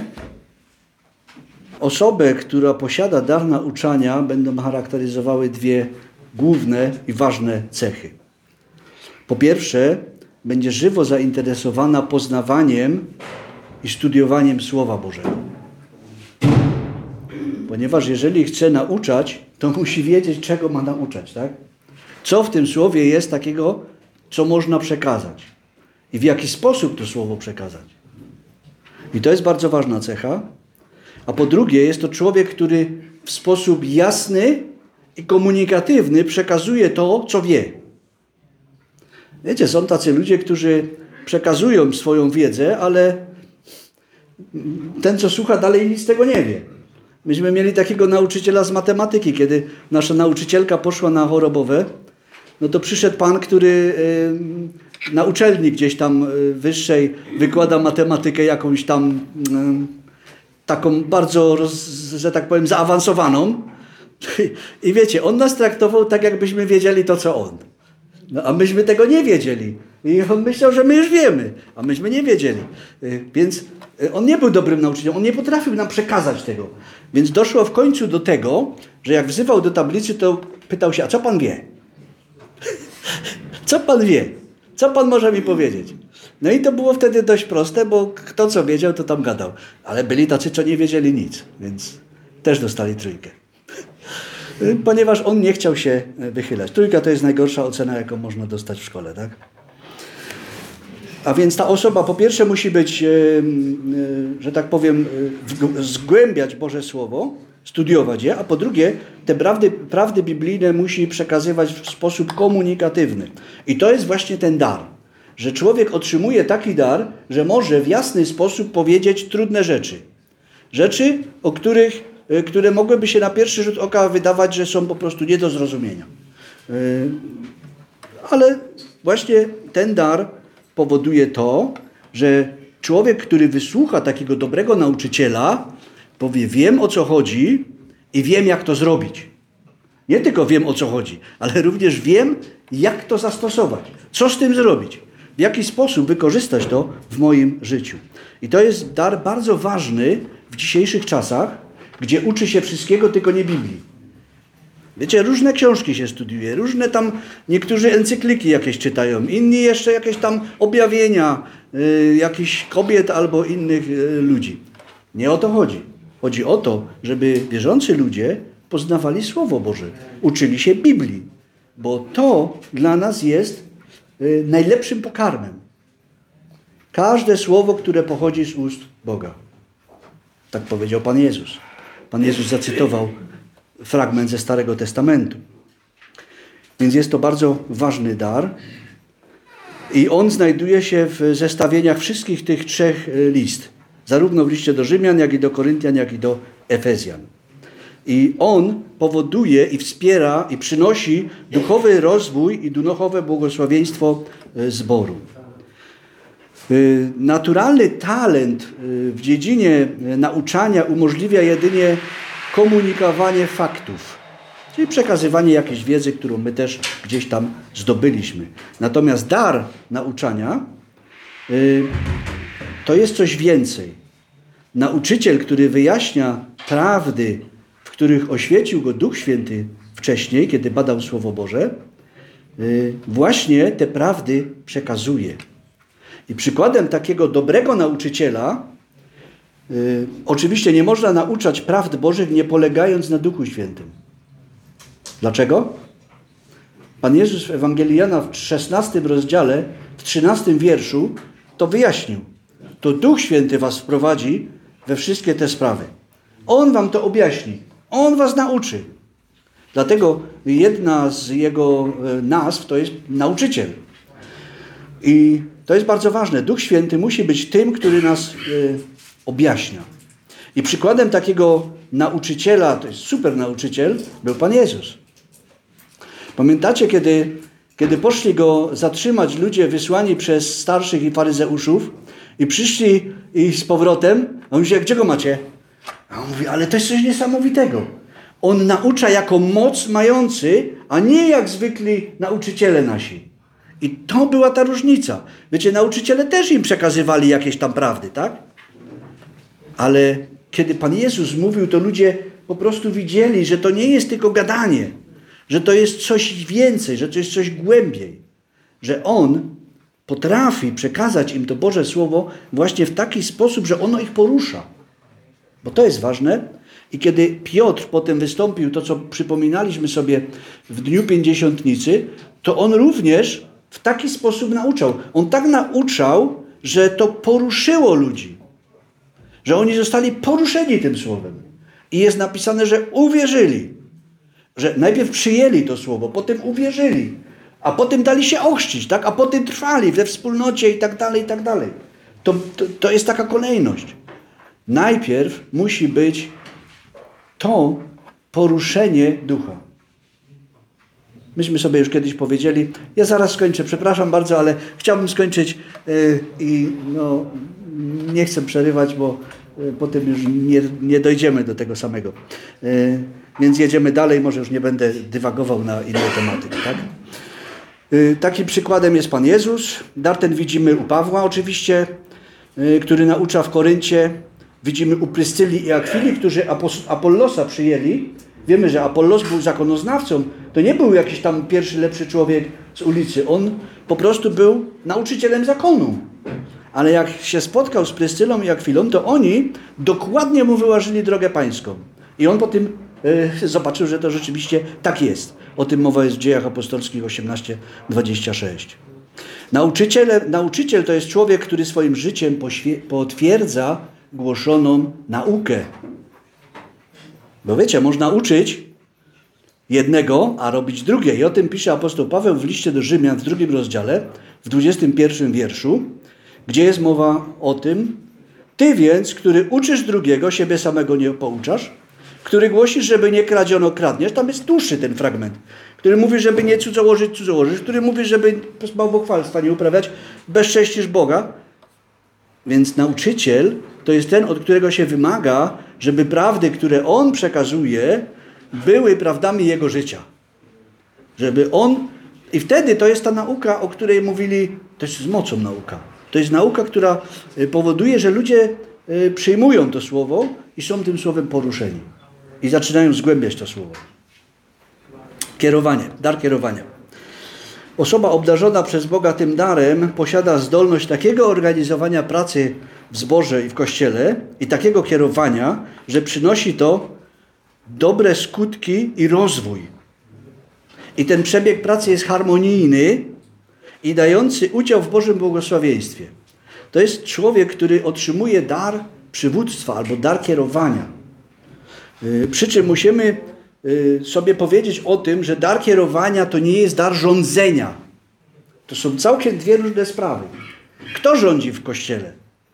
Osobę, która posiada dar nauczania, będą charakteryzowały dwie główne i ważne cechy. Po pierwsze, będzie żywo zainteresowana poznawaniem i studiowaniem Słowa Bożego. Ponieważ jeżeli chce nauczać, to musi wiedzieć, czego ma nauczać, tak? Co w tym Słowie jest takiego, co można przekazać. I w jaki sposób to Słowo przekazać. I to jest bardzo ważna cecha. A po drugie, jest to człowiek, który w sposób jasny i komunikatywny przekazuje to, co wie. Wiecie, są tacy ludzie, którzy przekazują swoją wiedzę, ale ten, co słucha, dalej nic z tego nie wie. Myśmy mieli takiego nauczyciela z matematyki, kiedy nasza nauczycielka poszła na chorobowe, no to przyszedł pan, który yy, na uczelni gdzieś tam yy, wyższej wykłada matematykę jakąś tam, taką bardzo, roz, że tak powiem, zaawansowaną. I wiecie, on nas traktował tak, jakbyśmy wiedzieli to, co on. No, a myśmy tego nie wiedzieli. I on myślał, że my już wiemy, a myśmy nie wiedzieli. Więc on nie był dobrym nauczycielem, on nie potrafił nam przekazać tego. Więc doszło w końcu do tego, że jak wzywał do tablicy, to pytał się, a co pan wie? Co pan wie? Co pan może mi powiedzieć? No i to było wtedy dość proste, bo kto co wiedział, to tam gadał. Ale byli tacy, co nie wiedzieli nic, więc też dostali trójkę. Ponieważ on nie chciał się wychylać. Trójka to jest najgorsza ocena, jaką można dostać w szkole, tak? A więc ta osoba po pierwsze musi być, że tak powiem, zgłębiać Boże Słowo, studiować je, a po drugie te prawdy, prawdy biblijne musi przekazywać w sposób komunikatywny. I to jest właśnie ten dar, że człowiek otrzymuje taki dar, że może w jasny sposób powiedzieć trudne rzeczy. Rzeczy, o których, które mogłyby się na pierwszy rzut oka wydawać, że są po prostu nie do zrozumienia. Ale właśnie ten dar powoduje to, że człowiek, który wysłucha takiego dobrego nauczyciela, powie, wiem o co chodzi i wiem jak to zrobić. Nie tylko wiem o co chodzi, ale również wiem jak to zastosować. Co z tym zrobić? W jaki sposób wykorzystać to w moim życiu. I to jest dar bardzo ważny w dzisiejszych czasach, gdzie uczy się wszystkiego, tylko nie Biblii. Wiecie, różne książki się studiuje, różne tam, niektórzy encykliki jakieś czytają, inni jeszcze jakieś tam objawienia y, jakichś kobiet albo innych y, ludzi. Nie o to chodzi. Chodzi o to, żeby wierzący ludzie poznawali Słowo Boże, uczyli się Biblii, bo to dla nas jest y, najlepszym pokarmem. Każde słowo, które pochodzi z ust Boga. Tak powiedział Pan Jezus. Pan Jezus zacytował fragment ze Starego Testamentu. Więc jest to bardzo ważny dar i on znajduje się w zestawieniach wszystkich tych trzech list. Zarówno w liście do Rzymian, jak i do Koryntian, jak i do Efezjan. I on powoduje i wspiera i przynosi duchowy rozwój i duchowe błogosławieństwo zboru. Naturalny talent w dziedzinie nauczania umożliwia jedynie komunikowanie faktów, czyli przekazywanie jakiejś wiedzy, którą my też gdzieś tam zdobyliśmy. Natomiast dar nauczania y, to jest coś więcej. Nauczyciel, który wyjaśnia prawdy, w których oświecił go Duch Święty wcześniej, kiedy badał Słowo Boże, y, właśnie te prawdy przekazuje. I przykładem takiego dobrego nauczyciela, Yy, oczywiście nie można nauczać prawd Bożych, nie polegając na Duchu Świętym. Dlaczego? Pan Jezus w Ewangelii Jana w szesnastym rozdziale, w trzynastym wierszu to wyjaśnił. To Duch Święty was wprowadzi we wszystkie te sprawy. On wam to objaśni. On was nauczy. Dlatego jedna z jego nazw to jest nauczyciel. I to jest bardzo ważne. Duch Święty musi być tym, który nas yy, objaśnia. I przykładem takiego nauczyciela, to jest super nauczyciel, był Pan Jezus. Pamiętacie, kiedy, kiedy poszli go zatrzymać ludzie wysłani przez starszych i faryzeuszów i przyszli i z powrotem, a on mówi, gdzie go macie? A on mówi, ale to jest coś niesamowitego. On naucza jako moc mający, a nie jak zwykli nauczyciele nasi. I to była ta różnica. Wiecie, nauczyciele też im przekazywali jakieś tam prawdy, tak? Ale kiedy Pan Jezus mówił, to ludzie po prostu widzieli, że to nie jest tylko gadanie, że to jest coś więcej, że to jest coś głębiej, że On potrafi przekazać im to Boże Słowo właśnie w taki sposób, że ono ich porusza. Bo to jest ważne. I kiedy Piotr potem wystąpił, to co przypominaliśmy sobie w Dniu Pięćdziesiątnicy, to on również w taki sposób nauczał. On tak nauczał, że to poruszyło ludzi. Że oni zostali poruszeni tym słowem. I jest napisane, że uwierzyli. Że najpierw przyjęli to słowo, potem uwierzyli. A potem dali się ochrzcić, tak? A potem trwali we wspólnocie i tak dalej, i tak dalej. To, to, to jest taka kolejność. Najpierw musi być to poruszenie ducha. Myśmy sobie już kiedyś powiedzieli, ja zaraz skończę, przepraszam bardzo, ale chciałbym skończyć yy, i no, nie chcę przerywać, bo potem już nie, nie dojdziemy do tego samego. Więc jedziemy dalej, może już nie będę dywagował na inne tematy. Tak? Takim przykładem jest Pan Jezus. Dar ten widzimy u Pawła oczywiście, który naucza w Koryncie. Widzimy u Pryscyli i Akwili, którzy Apollosa przyjęli. Wiemy, że Apollos był zakonoznawcą. To nie był jakiś tam pierwszy, lepszy człowiek z ulicy. On po prostu był nauczycielem zakonu. Ale jak się spotkał z Pryscylą i Akwilą, to oni dokładnie mu wyłażyli drogę pańską. I on po tym y, zobaczył, że to rzeczywiście tak jest. O tym mowa jest w Dziejach Apostolskich osiemnaście dwadzieścia sześć. Nauczyciel, nauczyciel to jest człowiek, który swoim życiem poświe- potwierdza głoszoną naukę. Bo wiecie, można uczyć jednego, a robić drugie. I o tym pisze apostoł Paweł w liście do Rzymian w drugim rozdziale, w dwudziestym pierwszym wierszu, gdzie jest mowa o tym: ty więc, który uczysz drugiego, siebie samego nie pouczasz, który głosisz, żeby nie kradziono, kradniesz. Tam jest dłuższy ten fragment, który mówi, żeby nie cudzołożyć, cudzołożysz, który mówi, żeby bałwochwalstwa nie uprawiać, bezcześcisz Boga. Więc nauczyciel to jest ten, od którego się wymaga, żeby prawdy, które on przekazuje, były prawdami jego życia. Żeby on... I wtedy to jest ta nauka, o której mówili, to jest z mocą nauka. To jest nauka, która powoduje, że ludzie przyjmują to słowo i są tym słowem poruszeni. I zaczynają zgłębiać to słowo. Kierowanie, dar kierowania. Osoba obdarzona przez Boga tym darem posiada zdolność takiego organizowania pracy w zborze i w kościele i takiego kierowania, że przynosi to dobre skutki i rozwój. I ten przebieg pracy jest harmonijny i dający udział w Bożym błogosławieństwie. To jest człowiek, który otrzymuje dar przywództwa albo dar kierowania. Przy czym musimy sobie powiedzieć o tym, że dar kierowania to nie jest dar rządzenia. To są całkiem dwie różne sprawy. Kto rządzi w Kościele?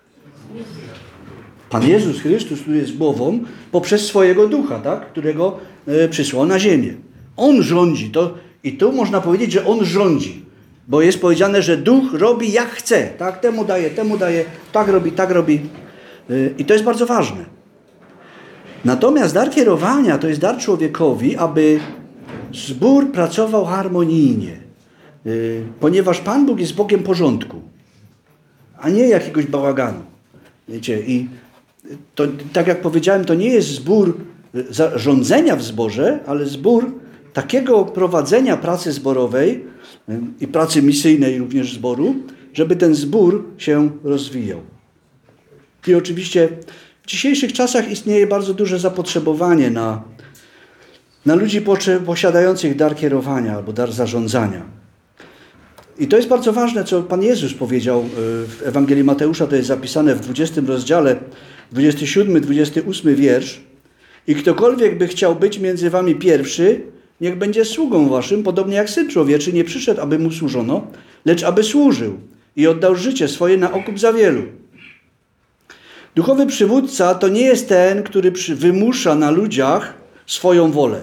Pan Jezus Chrystus, który jest głową, poprzez swojego Ducha, tak? Którego przysłał na ziemię. On rządzi. To, i tu można powiedzieć, że On rządzi. Bo jest powiedziane, że Duch robi jak chce. Tak? Temu daje, temu daje, tak robi, tak robi. I to jest bardzo ważne. Natomiast dar kierowania to jest dar człowiekowi, aby zbór pracował harmonijnie. Ponieważ Pan Bóg jest Bogiem porządku, a nie jakiegoś bałaganu. Wiecie, i to, tak jak powiedziałem, to nie jest zbór rządzenia w zborze, ale zbór takiego prowadzenia pracy zborowej i pracy misyjnej również zboru, żeby ten zbór się rozwijał. I oczywiście w dzisiejszych czasach istnieje bardzo duże zapotrzebowanie na, na ludzi posiadających dar kierowania albo dar zarządzania. I to jest bardzo ważne, co Pan Jezus powiedział w Ewangelii Mateusza, to jest zapisane w dwudziestym rozdziale, dwudziesty siódmy, dwudziesty ósmy wiersz. I ktokolwiek by chciał być między wami pierwszy, niech będzie sługą waszym, podobnie jak Syn Człowieczy nie przyszedł, aby mu służono, lecz aby służył i oddał życie swoje na okup za wielu. Duchowy przywódca to nie jest ten, który wymusza na ludziach swoją wolę.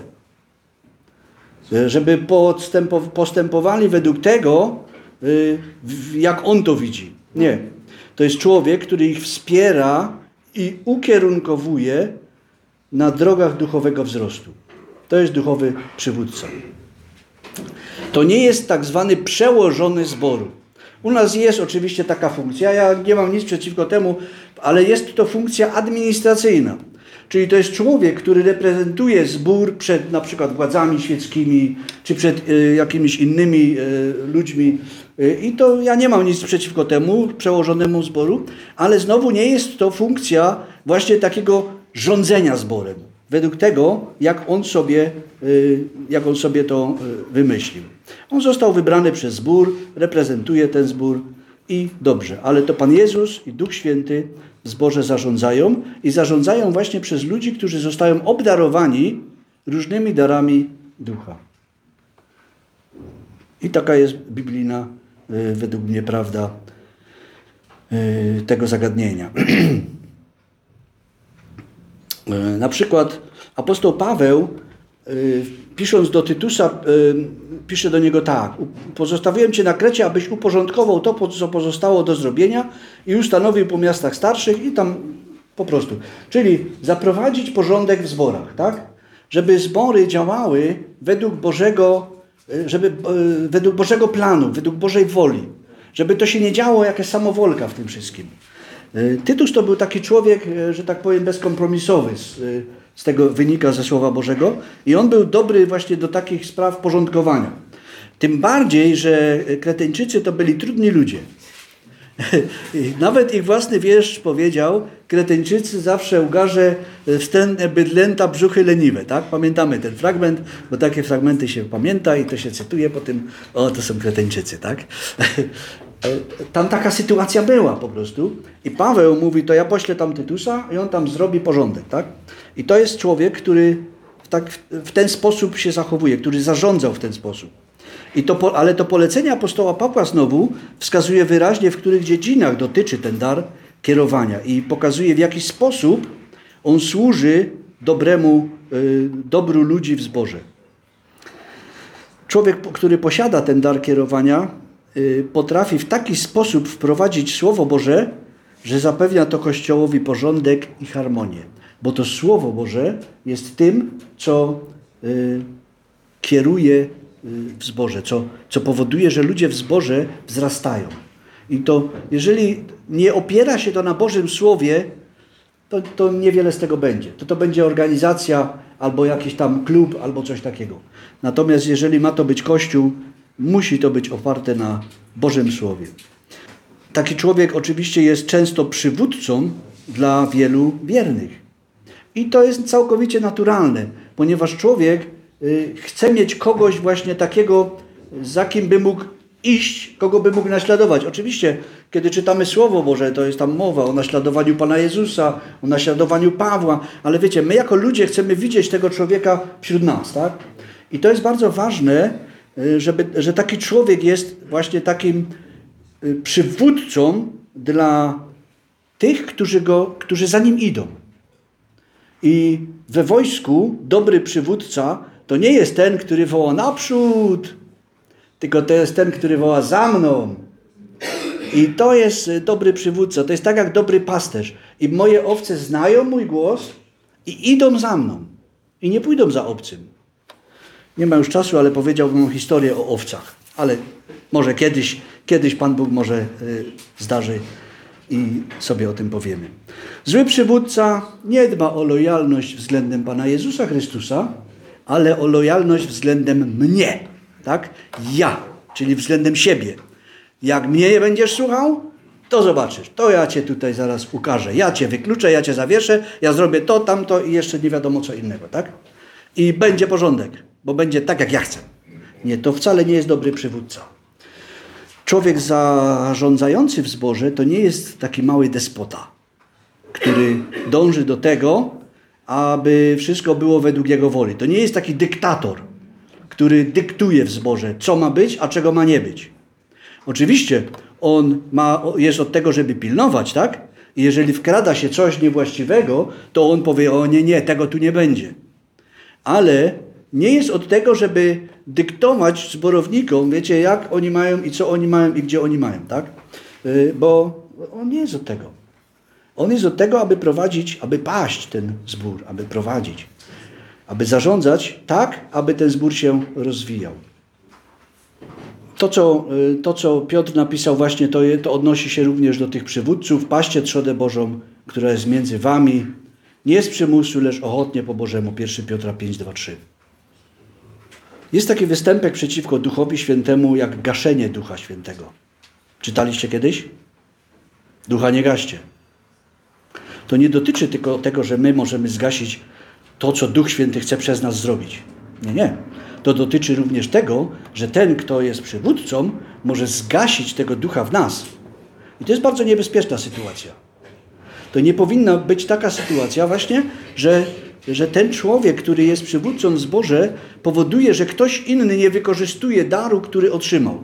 Żeby postępowali według tego, jak on to widzi. Nie. To jest człowiek, który ich wspiera i ukierunkowuje na drogach duchowego wzrostu. To jest duchowy przywódca. To nie jest tak zwany przełożony zboru. U nas jest oczywiście taka funkcja, ja nie mam nic przeciwko temu, ale jest to funkcja administracyjna. Czyli to jest człowiek, który reprezentuje zbór przed na przykład władzami świeckimi, czy przed y, jakimiś innymi y, ludźmi. Y, I to ja nie mam nic przeciwko temu przełożonemu zboru, ale znowu nie jest to funkcja właśnie takiego rządzenia zborem. Według tego, jak on sobie, y, jak on sobie to y, wymyślił. On został wybrany przez zbór, reprezentuje ten zbór i dobrze. Ale to Pan Jezus i Duch Święty w zborze zarządzają i zarządzają właśnie przez ludzi, którzy zostają obdarowani różnymi darami Ducha. I taka jest biblijna, y, według mnie, prawda y, tego zagadnienia. y, na przykład apostoł Paweł, y, pisząc do Tytusa, y, pisze do niego tak: pozostawiłem cię na Krecie, abyś uporządkował to, co pozostało do zrobienia i ustanowił po miastach starszych, i tam Po prostu. Czyli zaprowadzić porządek w zborach, tak? Żeby zbory działały według Bożego, żeby, według Bożego planu, według Bożej woli. Żeby to się nie działo jakaś samowolka w tym wszystkim. Tytus to był taki człowiek, że tak powiem, bezkompromisowy. Z, z tego wynika ze Słowa Bożego. I on był dobry właśnie do takich spraw porządkowania. Tym bardziej, że Kreteńczycy to byli trudni ludzie. Nawet ich własny wieszcz powiedział, Kreteńczycy zawsze ugarze wstępne bydlęta brzuchy leniwe. Tak? Pamiętamy ten fragment, bo takie fragmenty się pamięta i to się cytuje po tym, o to są Kreteńczycy. Tak? Tam taka sytuacja była po prostu i Paweł mówi, to ja poślę tam Tytusa i on tam zrobi porządek. Tak? I to jest człowiek, który w, tak, w ten sposób się zachowuje, który zarządzał w ten sposób. I to, ale to polecenie apostoła Pawła znowu wskazuje wyraźnie, w których dziedzinach dotyczy ten dar kierowania i pokazuje, w jaki sposób on służy dobremu, y, dobru ludzi w zborze. Człowiek, który posiada ten dar kierowania, y, potrafi w taki sposób wprowadzić Słowo Boże, że zapewnia to Kościołowi porządek i harmonię. Bo to Słowo Boże jest tym, co y, kieruje w zborze, co, co powoduje, że ludzie w zborze wzrastają. I to, jeżeli nie opiera się to na Bożym Słowie, to, to niewiele z tego będzie. To to będzie organizacja, albo jakiś tam klub, albo coś takiego. Natomiast jeżeli ma to być Kościół, musi to być oparte na Bożym Słowie. Taki człowiek oczywiście jest często przywódcą dla wielu wiernych. I to jest całkowicie naturalne, ponieważ człowiek chce mieć kogoś właśnie takiego, za kim by mógł iść, kogo by mógł naśladować. Oczywiście, kiedy czytamy Słowo Boże, to jest tam mowa o naśladowaniu Pana Jezusa, o naśladowaniu Pawła, ale wiecie, my jako ludzie chcemy widzieć tego człowieka wśród nas, tak? I to jest bardzo ważne, żeby, że taki człowiek jest właśnie takim przywódcą dla tych, którzy, go, którzy za nim idą. I we wojsku dobry przywódca to nie jest ten, który woła naprzód, tylko to jest ten, który woła za mną. I to jest dobry przywódca. To jest tak jak dobry pasterz. I moje owce znają mój głos i idą za mną. I nie pójdą za obcym. Nie ma już czasu, ale powiedziałbym historię o owcach. Ale może kiedyś, kiedyś Pan Bóg może y, zdarzy i sobie o tym powiemy. Zły przywódca nie dba o lojalność względem Pana Jezusa Chrystusa, ale o lojalność względem mnie. Tak? Ja, czyli względem siebie. Jak mnie będziesz słuchał, to zobaczysz. To ja cię tutaj zaraz ukażę. Ja cię wykluczę, ja cię zawieszę, ja zrobię to, tamto i jeszcze nie wiadomo co innego. Tak? I będzie porządek, bo będzie tak, jak ja chcę. Nie, to wcale nie jest dobry przywódca. Człowiek zarządzający w zborze to nie jest taki mały despota, który dąży do tego, aby wszystko było według jego woli. To nie jest taki dyktator, który dyktuje w zborze, co ma być, a czego ma nie być. Oczywiście on ma, jest od tego, żeby pilnować, tak? I jeżeli wkrada się coś niewłaściwego, to on powie, o nie, nie, tego tu nie będzie. Ale nie jest od tego, żeby dyktować zborownikom, wiecie, jak oni mają i co oni mają i gdzie oni mają, tak? Bo on nie jest od tego. On jest od tego, aby prowadzić, aby paść ten zbór, aby prowadzić, aby zarządzać tak, aby ten zbór się rozwijał. To, co, to, co Piotr napisał właśnie, to, to odnosi się również do tych przywódców. Paście trzodę Bożą, która jest między wami. Nie z przymusu, lecz ochotnie po Bożemu. pierwszy Piotra pięć, dwa, trzy. Jest taki występek przeciwko Duchowi Świętemu, jak gaszenie Ducha Świętego. Czytaliście kiedyś? Ducha nie gaście. To nie dotyczy tylko tego, że my możemy zgasić to, co Duch Święty chce przez nas zrobić. Nie, nie. To dotyczy również tego, że ten, kto jest przywódcą, może zgasić tego ducha w nas. I to jest bardzo niebezpieczna sytuacja. To nie powinna być taka sytuacja właśnie, że, że ten człowiek, który jest przywódcą w zborze, powoduje, że ktoś inny nie wykorzystuje daru, który otrzymał.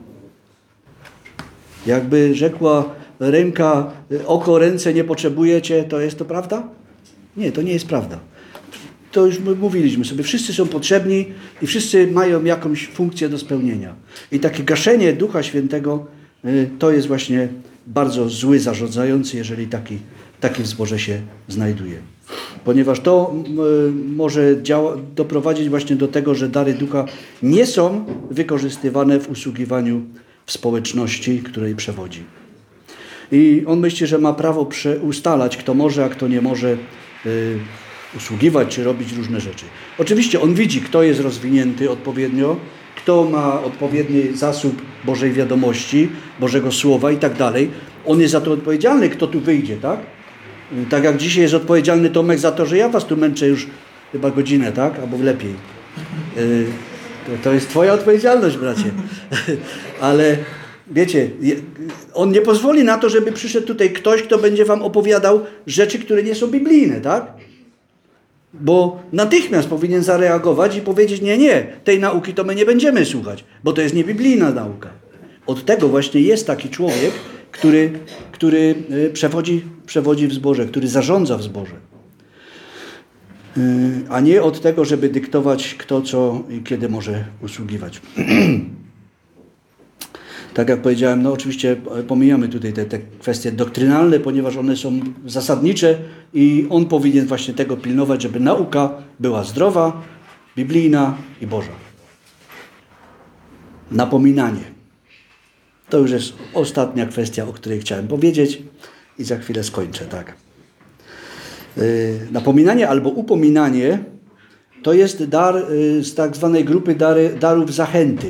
Jakby rzekła ręka, oko, ręce nie potrzebujecie, to jest to prawda? Nie, to nie jest prawda. To już mówiliśmy sobie, wszyscy są potrzebni i wszyscy mają jakąś funkcję do spełnienia. I takie gaszenie Ducha Świętego to jest właśnie bardzo zły zarządzający, jeżeli taki taki w zborze się znajduje. Ponieważ to y, może działa, doprowadzić właśnie do tego, że dary ducha nie są wykorzystywane w usługiwaniu w społeczności, której przewodzi. I on myśli, że ma prawo ustalać, kto może, a kto nie może y, usługiwać czy robić różne rzeczy. Oczywiście on widzi, kto jest rozwinięty odpowiednio, kto ma odpowiedni zasób Bożej wiadomości, Bożego Słowa i tak dalej. On jest za to odpowiedzialny, kto tu wyjdzie, tak? Tak jak dzisiaj jest odpowiedzialny Tomek za to, że ja was tu męczę już chyba godzinę, tak? Albo lepiej. Y, to, to jest twoja odpowiedzialność, bracie. Ale wiecie, on nie pozwoli na to, żeby przyszedł tutaj ktoś, kto będzie wam opowiadał rzeczy, które nie są biblijne, tak? Bo natychmiast powinien zareagować i powiedzieć, nie, nie, tej nauki to my nie będziemy słuchać, bo to jest niebiblijna nauka. Od tego właśnie jest taki człowiek, który, który przewodzi, przewodzi w zborze, który zarządza w zborze. A nie od tego, żeby dyktować, kto co i kiedy może usługiwać. Tak jak powiedziałem, no oczywiście pomijamy tutaj te, te kwestie doktrynalne, ponieważ one są zasadnicze i on powinien właśnie tego pilnować, żeby nauka była zdrowa, biblijna i Boża. Napominanie. To już jest ostatnia kwestia, o której chciałem powiedzieć i za chwilę skończę, tak. Yy, napominanie albo upominanie to jest dar yy, z tak zwanej grupy dary, darów zachęty.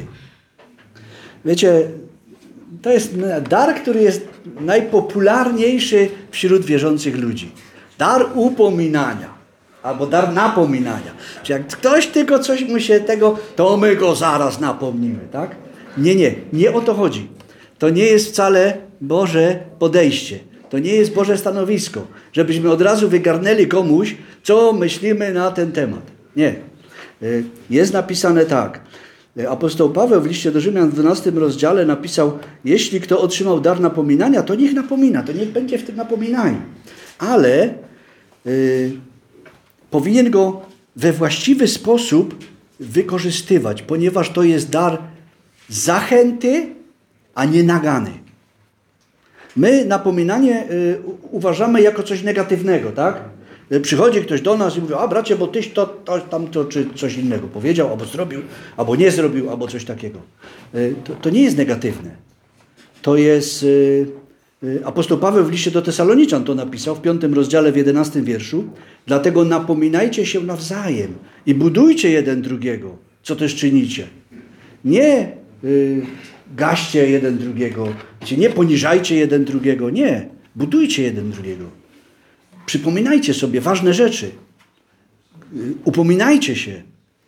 Wiecie, to jest dar, który jest najpopularniejszy wśród wierzących ludzi. Dar upominania albo dar napominania. Czy jak ktoś tylko coś mu się tego, to my go zaraz napomnimy, tak? Nie, nie, nie o to chodzi. To nie jest wcale Boże podejście. To nie jest Boże stanowisko, żebyśmy od razu wygarnęli komuś, co myślimy na ten temat. Nie. Jest napisane tak. Apostoł Paweł w liście do Rzymian w dwunastym rozdziale napisał, jeśli kto otrzymał dar napominania, to niech napomina, to niech będzie w tym napominaniu. Ale y, powinien go we właściwy sposób wykorzystywać, ponieważ to jest dar zachęty, a nie nagany. My napominanie y, uważamy jako coś negatywnego, tak? Przychodzi ktoś do nas i mówi, a bracie, bo tyś to, to, tamto, czy coś innego powiedział, albo zrobił, albo nie zrobił, albo coś takiego. To, to nie jest negatywne. To jest... Apostoł Paweł w liście do Tesaloniczan to napisał w piątym rozdziale w jedenastym wierszu. Dlatego napominajcie się nawzajem i budujcie jeden drugiego, co też czynicie. Nie y, gaście jeden drugiego, nie poniżajcie jeden drugiego, nie. Budujcie jeden drugiego. Przypominajcie sobie ważne rzeczy. Upominajcie się.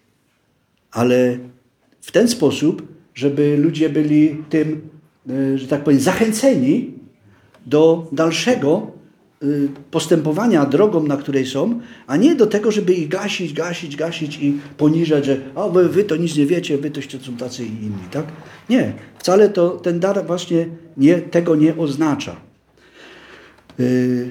Ale w ten sposób, żeby ludzie byli tym, że tak powiem, zachęceni do dalszego postępowania drogą, na której są, a nie do tego, żeby ich gasić, gasić, gasić i poniżać, że a wy, wy to nic nie wiecie, wy toście są tacy i inni, tak? Nie. Wcale to ten dar właśnie nie, tego nie oznacza. Yy,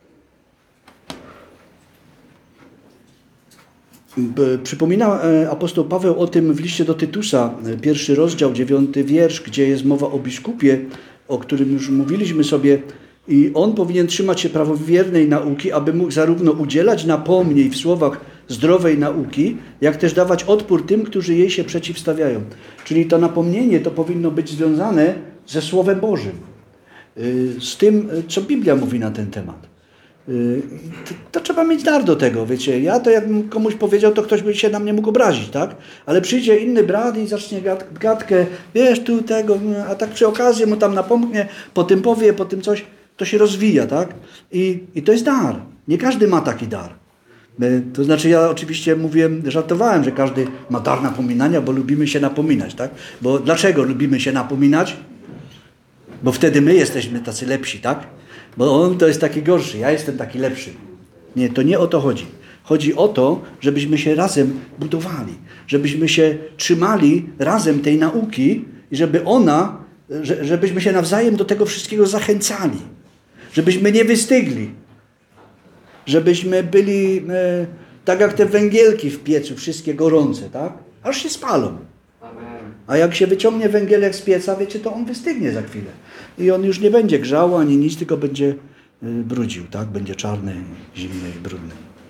Przypomina apostoł Paweł o tym w liście do Tytusa, pierwszy rozdział, dziewiąty wiersz, gdzie jest mowa o biskupie, o którym już mówiliśmy sobie, i on powinien trzymać się prawowiernej nauki, aby mógł zarówno udzielać napomnień w słowach zdrowej nauki, jak też dawać odpór tym, którzy jej się przeciwstawiają. Czyli to napomnienie to powinno być związane ze Słowem Bożym, z tym, co Biblia mówi na ten temat. To, to trzeba mieć dar do tego, wiecie. Ja to jakbym komuś powiedział, to ktoś by się na mnie mógł obrazić, tak? Ale przyjdzie inny brat i zacznie gad, gadkę, wiesz, tu tego, a tak przy okazji mu tam napomknie, po tym powie, po tym coś, to się rozwija, tak? I, i to jest dar. Nie każdy ma taki dar. To znaczy ja oczywiście mówiłem, żartowałem, że każdy ma dar napominania, bo lubimy się napominać, tak? Bo dlaczego lubimy się napominać? Bo wtedy my jesteśmy tacy lepsi, tak? Bo on to jest taki gorszy, ja jestem taki lepszy. Nie, to nie o to chodzi. Chodzi o to, żebyśmy się razem budowali, żebyśmy się trzymali razem tej nauki i żeby ona, żebyśmy się nawzajem do tego wszystkiego zachęcali. Żebyśmy nie wystygli. Żebyśmy byli e, tak jak te węgielki w piecu, wszystkie gorące, tak? Aż się spalą. A jak się wyciągnie węgielek z pieca, wiecie, to on wystygnie za chwilę. I on już nie będzie grzał ani nic, tylko będzie brudził, tak? Będzie czarny, zimny i brudny.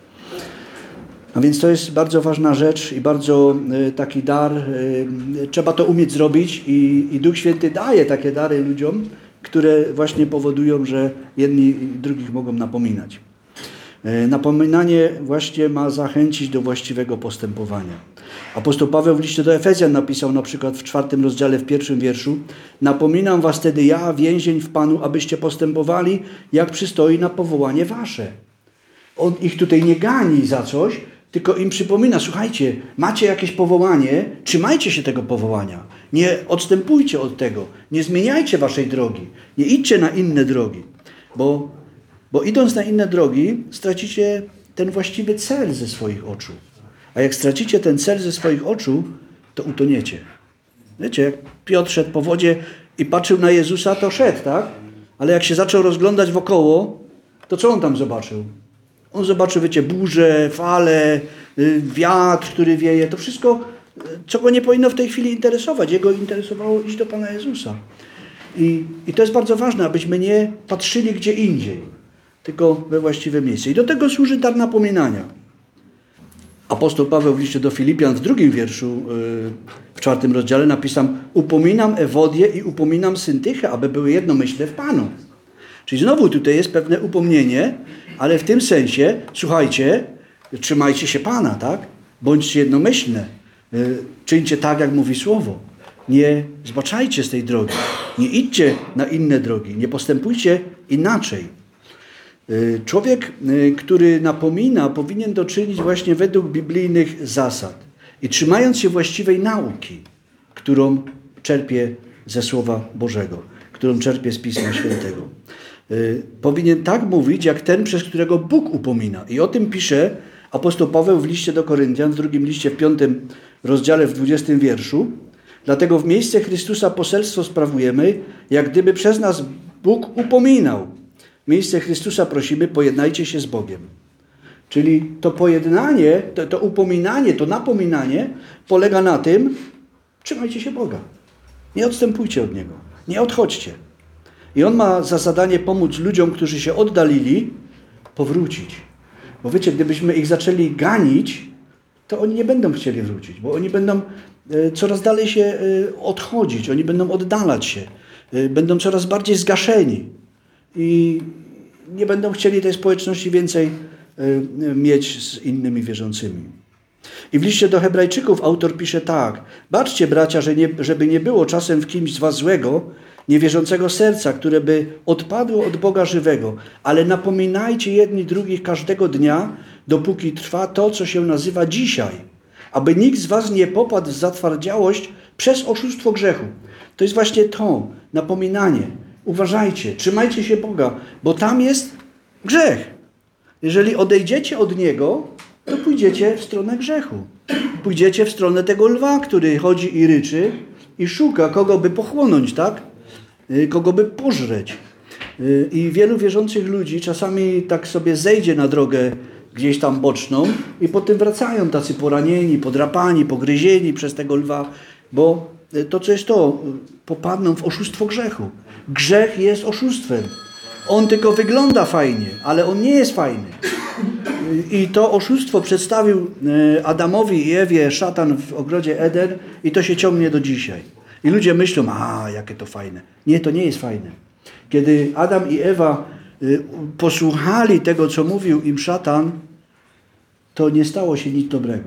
A więc to jest bardzo ważna rzecz i bardzo taki dar. Trzeba to umieć zrobić i, i Duch Święty daje takie dary ludziom, które właśnie powodują, że jedni i drugich mogą napominać. Napominanie właśnie ma zachęcić do właściwego postępowania. Apostoł Paweł w liście do Efezjan napisał na przykład w czwartym rozdziale, w pierwszym wierszu: napominam was tedy ja, więzień w Panu, abyście postępowali, jak przystoi na powołanie wasze. On ich tutaj nie gani za coś, tylko im przypomina: słuchajcie, macie jakieś powołanie, trzymajcie się tego powołania. Nie odstępujcie od tego, nie zmieniajcie waszej drogi, nie idźcie na inne drogi, bo, bo idąc na inne drogi stracicie ten właściwy cel ze swoich oczu. A jak stracicie ten cel ze swoich oczu, to utoniecie. Wiecie, jak Piotr szedł po wodzie i patrzył na Jezusa, to szedł, tak? Ale jak się zaczął rozglądać wokoło, to co on tam zobaczył? On zobaczył, wiecie, burzę, fale, wiatr, który wieje. To wszystko, co go nie powinno w tej chwili interesować. Jego interesowało iść do Pana Jezusa. I, i to jest bardzo ważne, abyśmy nie patrzyli gdzie indziej, tylko we właściwe miejsce. I do tego służy dar napominania. Apostoł Paweł w liście do Filipian w drugim wierszu, w czwartym rozdziale napisał: upominam Ewodię i upominam Syntychę, aby były jednomyślne w Panu. Czyli znowu tutaj jest pewne upomnienie, ale w tym sensie, słuchajcie, trzymajcie się Pana, tak? Bądźcie jednomyślne. Czyńcie tak, jak mówi Słowo. Nie zbaczajcie z tej drogi. Nie idźcie na inne drogi. Nie postępujcie inaczej. Człowiek, który napomina, powinien to czynić właśnie według biblijnych zasad i trzymając się właściwej nauki, którą czerpie ze Słowa Bożego, którą czerpie z Pisma Świętego. Powinien tak mówić, jak ten, przez którego Bóg upomina. I o tym pisze apostoł Paweł w liście do Koryntian, w drugim liście, w piątym rozdziale, w dwudziestym wierszu. Dlatego w miejsce Chrystusa poselstwo sprawujemy, jak gdyby przez nas Bóg upominał. W miejsce Chrystusa prosimy, pojednajcie się z Bogiem. Czyli to pojednanie, to, to upominanie, to napominanie polega na tym: trzymajcie się Boga. Nie odstępujcie od Niego. Nie odchodźcie. I On ma za zadanie pomóc ludziom, którzy się oddalili, powrócić. Bo wiecie, gdybyśmy ich zaczęli ganić, to oni nie będą chcieli wrócić, bo oni będą coraz dalej się odchodzić, oni będą oddalać się, będą coraz bardziej zgaszeni i nie będą chcieli tej społeczności więcej mieć z innymi wierzącymi. I w liście do Hebrajczyków autor pisze tak: baczcie, bracia, że nie, żeby nie było czasem w kimś z was złego, niewierzącego serca, które by odpadło od Boga żywego, ale napominajcie jedni drugich każdego dnia, dopóki trwa to, co się nazywa dzisiaj, aby nikt z was nie popadł w zatwardziałość przez oszustwo grzechu. To jest właśnie to, napominanie. Uważajcie, trzymajcie się Boga, bo tam jest grzech. Jeżeli odejdziecie od Niego, to pójdziecie w stronę grzechu. Pójdziecie w stronę tego lwa, który chodzi i ryczy i szuka, kogo by pochłonąć, tak? Kogo by pożreć. I wielu wierzących ludzi czasami tak sobie zejdzie na drogę gdzieś tam boczną i potem wracają tacy poranieni, podrapani, pogryzieni przez tego lwa, bo to, co jest to, popadną w oszustwo grzechu. Grzech jest oszustwem. On tylko wygląda fajnie, ale on nie jest fajny. I to oszustwo przedstawił Adamowi i Ewie szatan w ogrodzie Eden i to się ciągnie do dzisiaj. I ludzie myślą: a, jakie to fajne. Nie, to nie jest fajne. Kiedy Adam i Ewa posłuchali tego, co mówił im szatan, to nie stało się nic dobrego.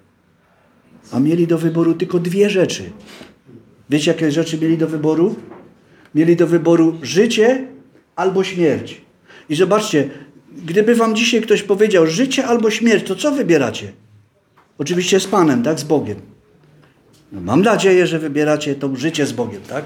A mieli do wyboru tylko dwie rzeczy. Wiecie, jakie rzeczy mieli do wyboru? Mieli do wyboru życie albo śmierć. I zobaczcie, gdyby wam dzisiaj ktoś powiedział życie albo śmierć, to co wybieracie? Oczywiście z Panem, tak? Z Bogiem. No, mam nadzieję, że wybieracie to życie z Bogiem, tak?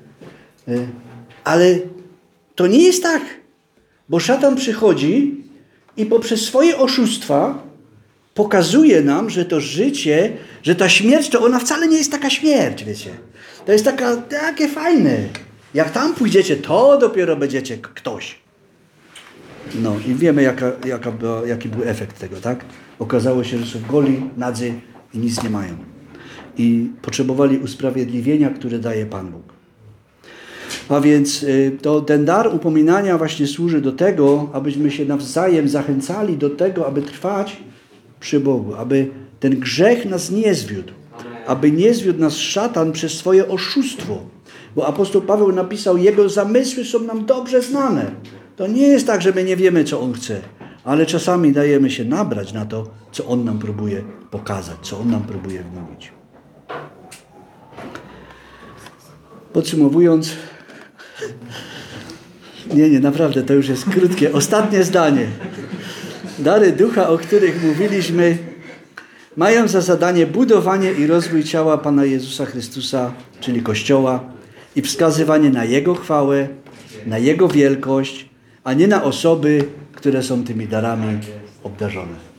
Ale to nie jest tak. Bo szatan przychodzi i poprzez swoje oszustwa pokazuje nam, że to życie, że ta śmierć, to ona wcale nie jest taka śmierć, wiecie. To jest taka, takie fajne. Jak tam pójdziecie, to dopiero będziecie ktoś. No i wiemy, jaka, jaka była, jaki był efekt tego, tak? Okazało się, że są goli, nadzy i nic nie mają. I potrzebowali usprawiedliwienia, które daje Pan Bóg. A więc to ten dar upominania właśnie służy do tego, abyśmy się nawzajem zachęcali do tego, aby trwać przy Bogu, aby ten grzech nas nie zwiódł, aby nie zwiódł nas szatan przez swoje oszustwo. Bo apostoł Paweł napisał, jego zamysły są nam dobrze znane. To nie jest tak, że my nie wiemy, co on chce, ale czasami dajemy się nabrać na to, co on nam próbuje pokazać, co on nam próbuje wmówić. Podsumowując, nie, nie, naprawdę, to już jest krótkie, ostatnie zdanie. Dary ducha, o których mówiliśmy, mają za zadanie budowanie i rozwój ciała Pana Jezusa Chrystusa, czyli Kościoła, i wskazywanie na Jego chwałę, na Jego wielkość, a nie na osoby, które są tymi darami obdarzone.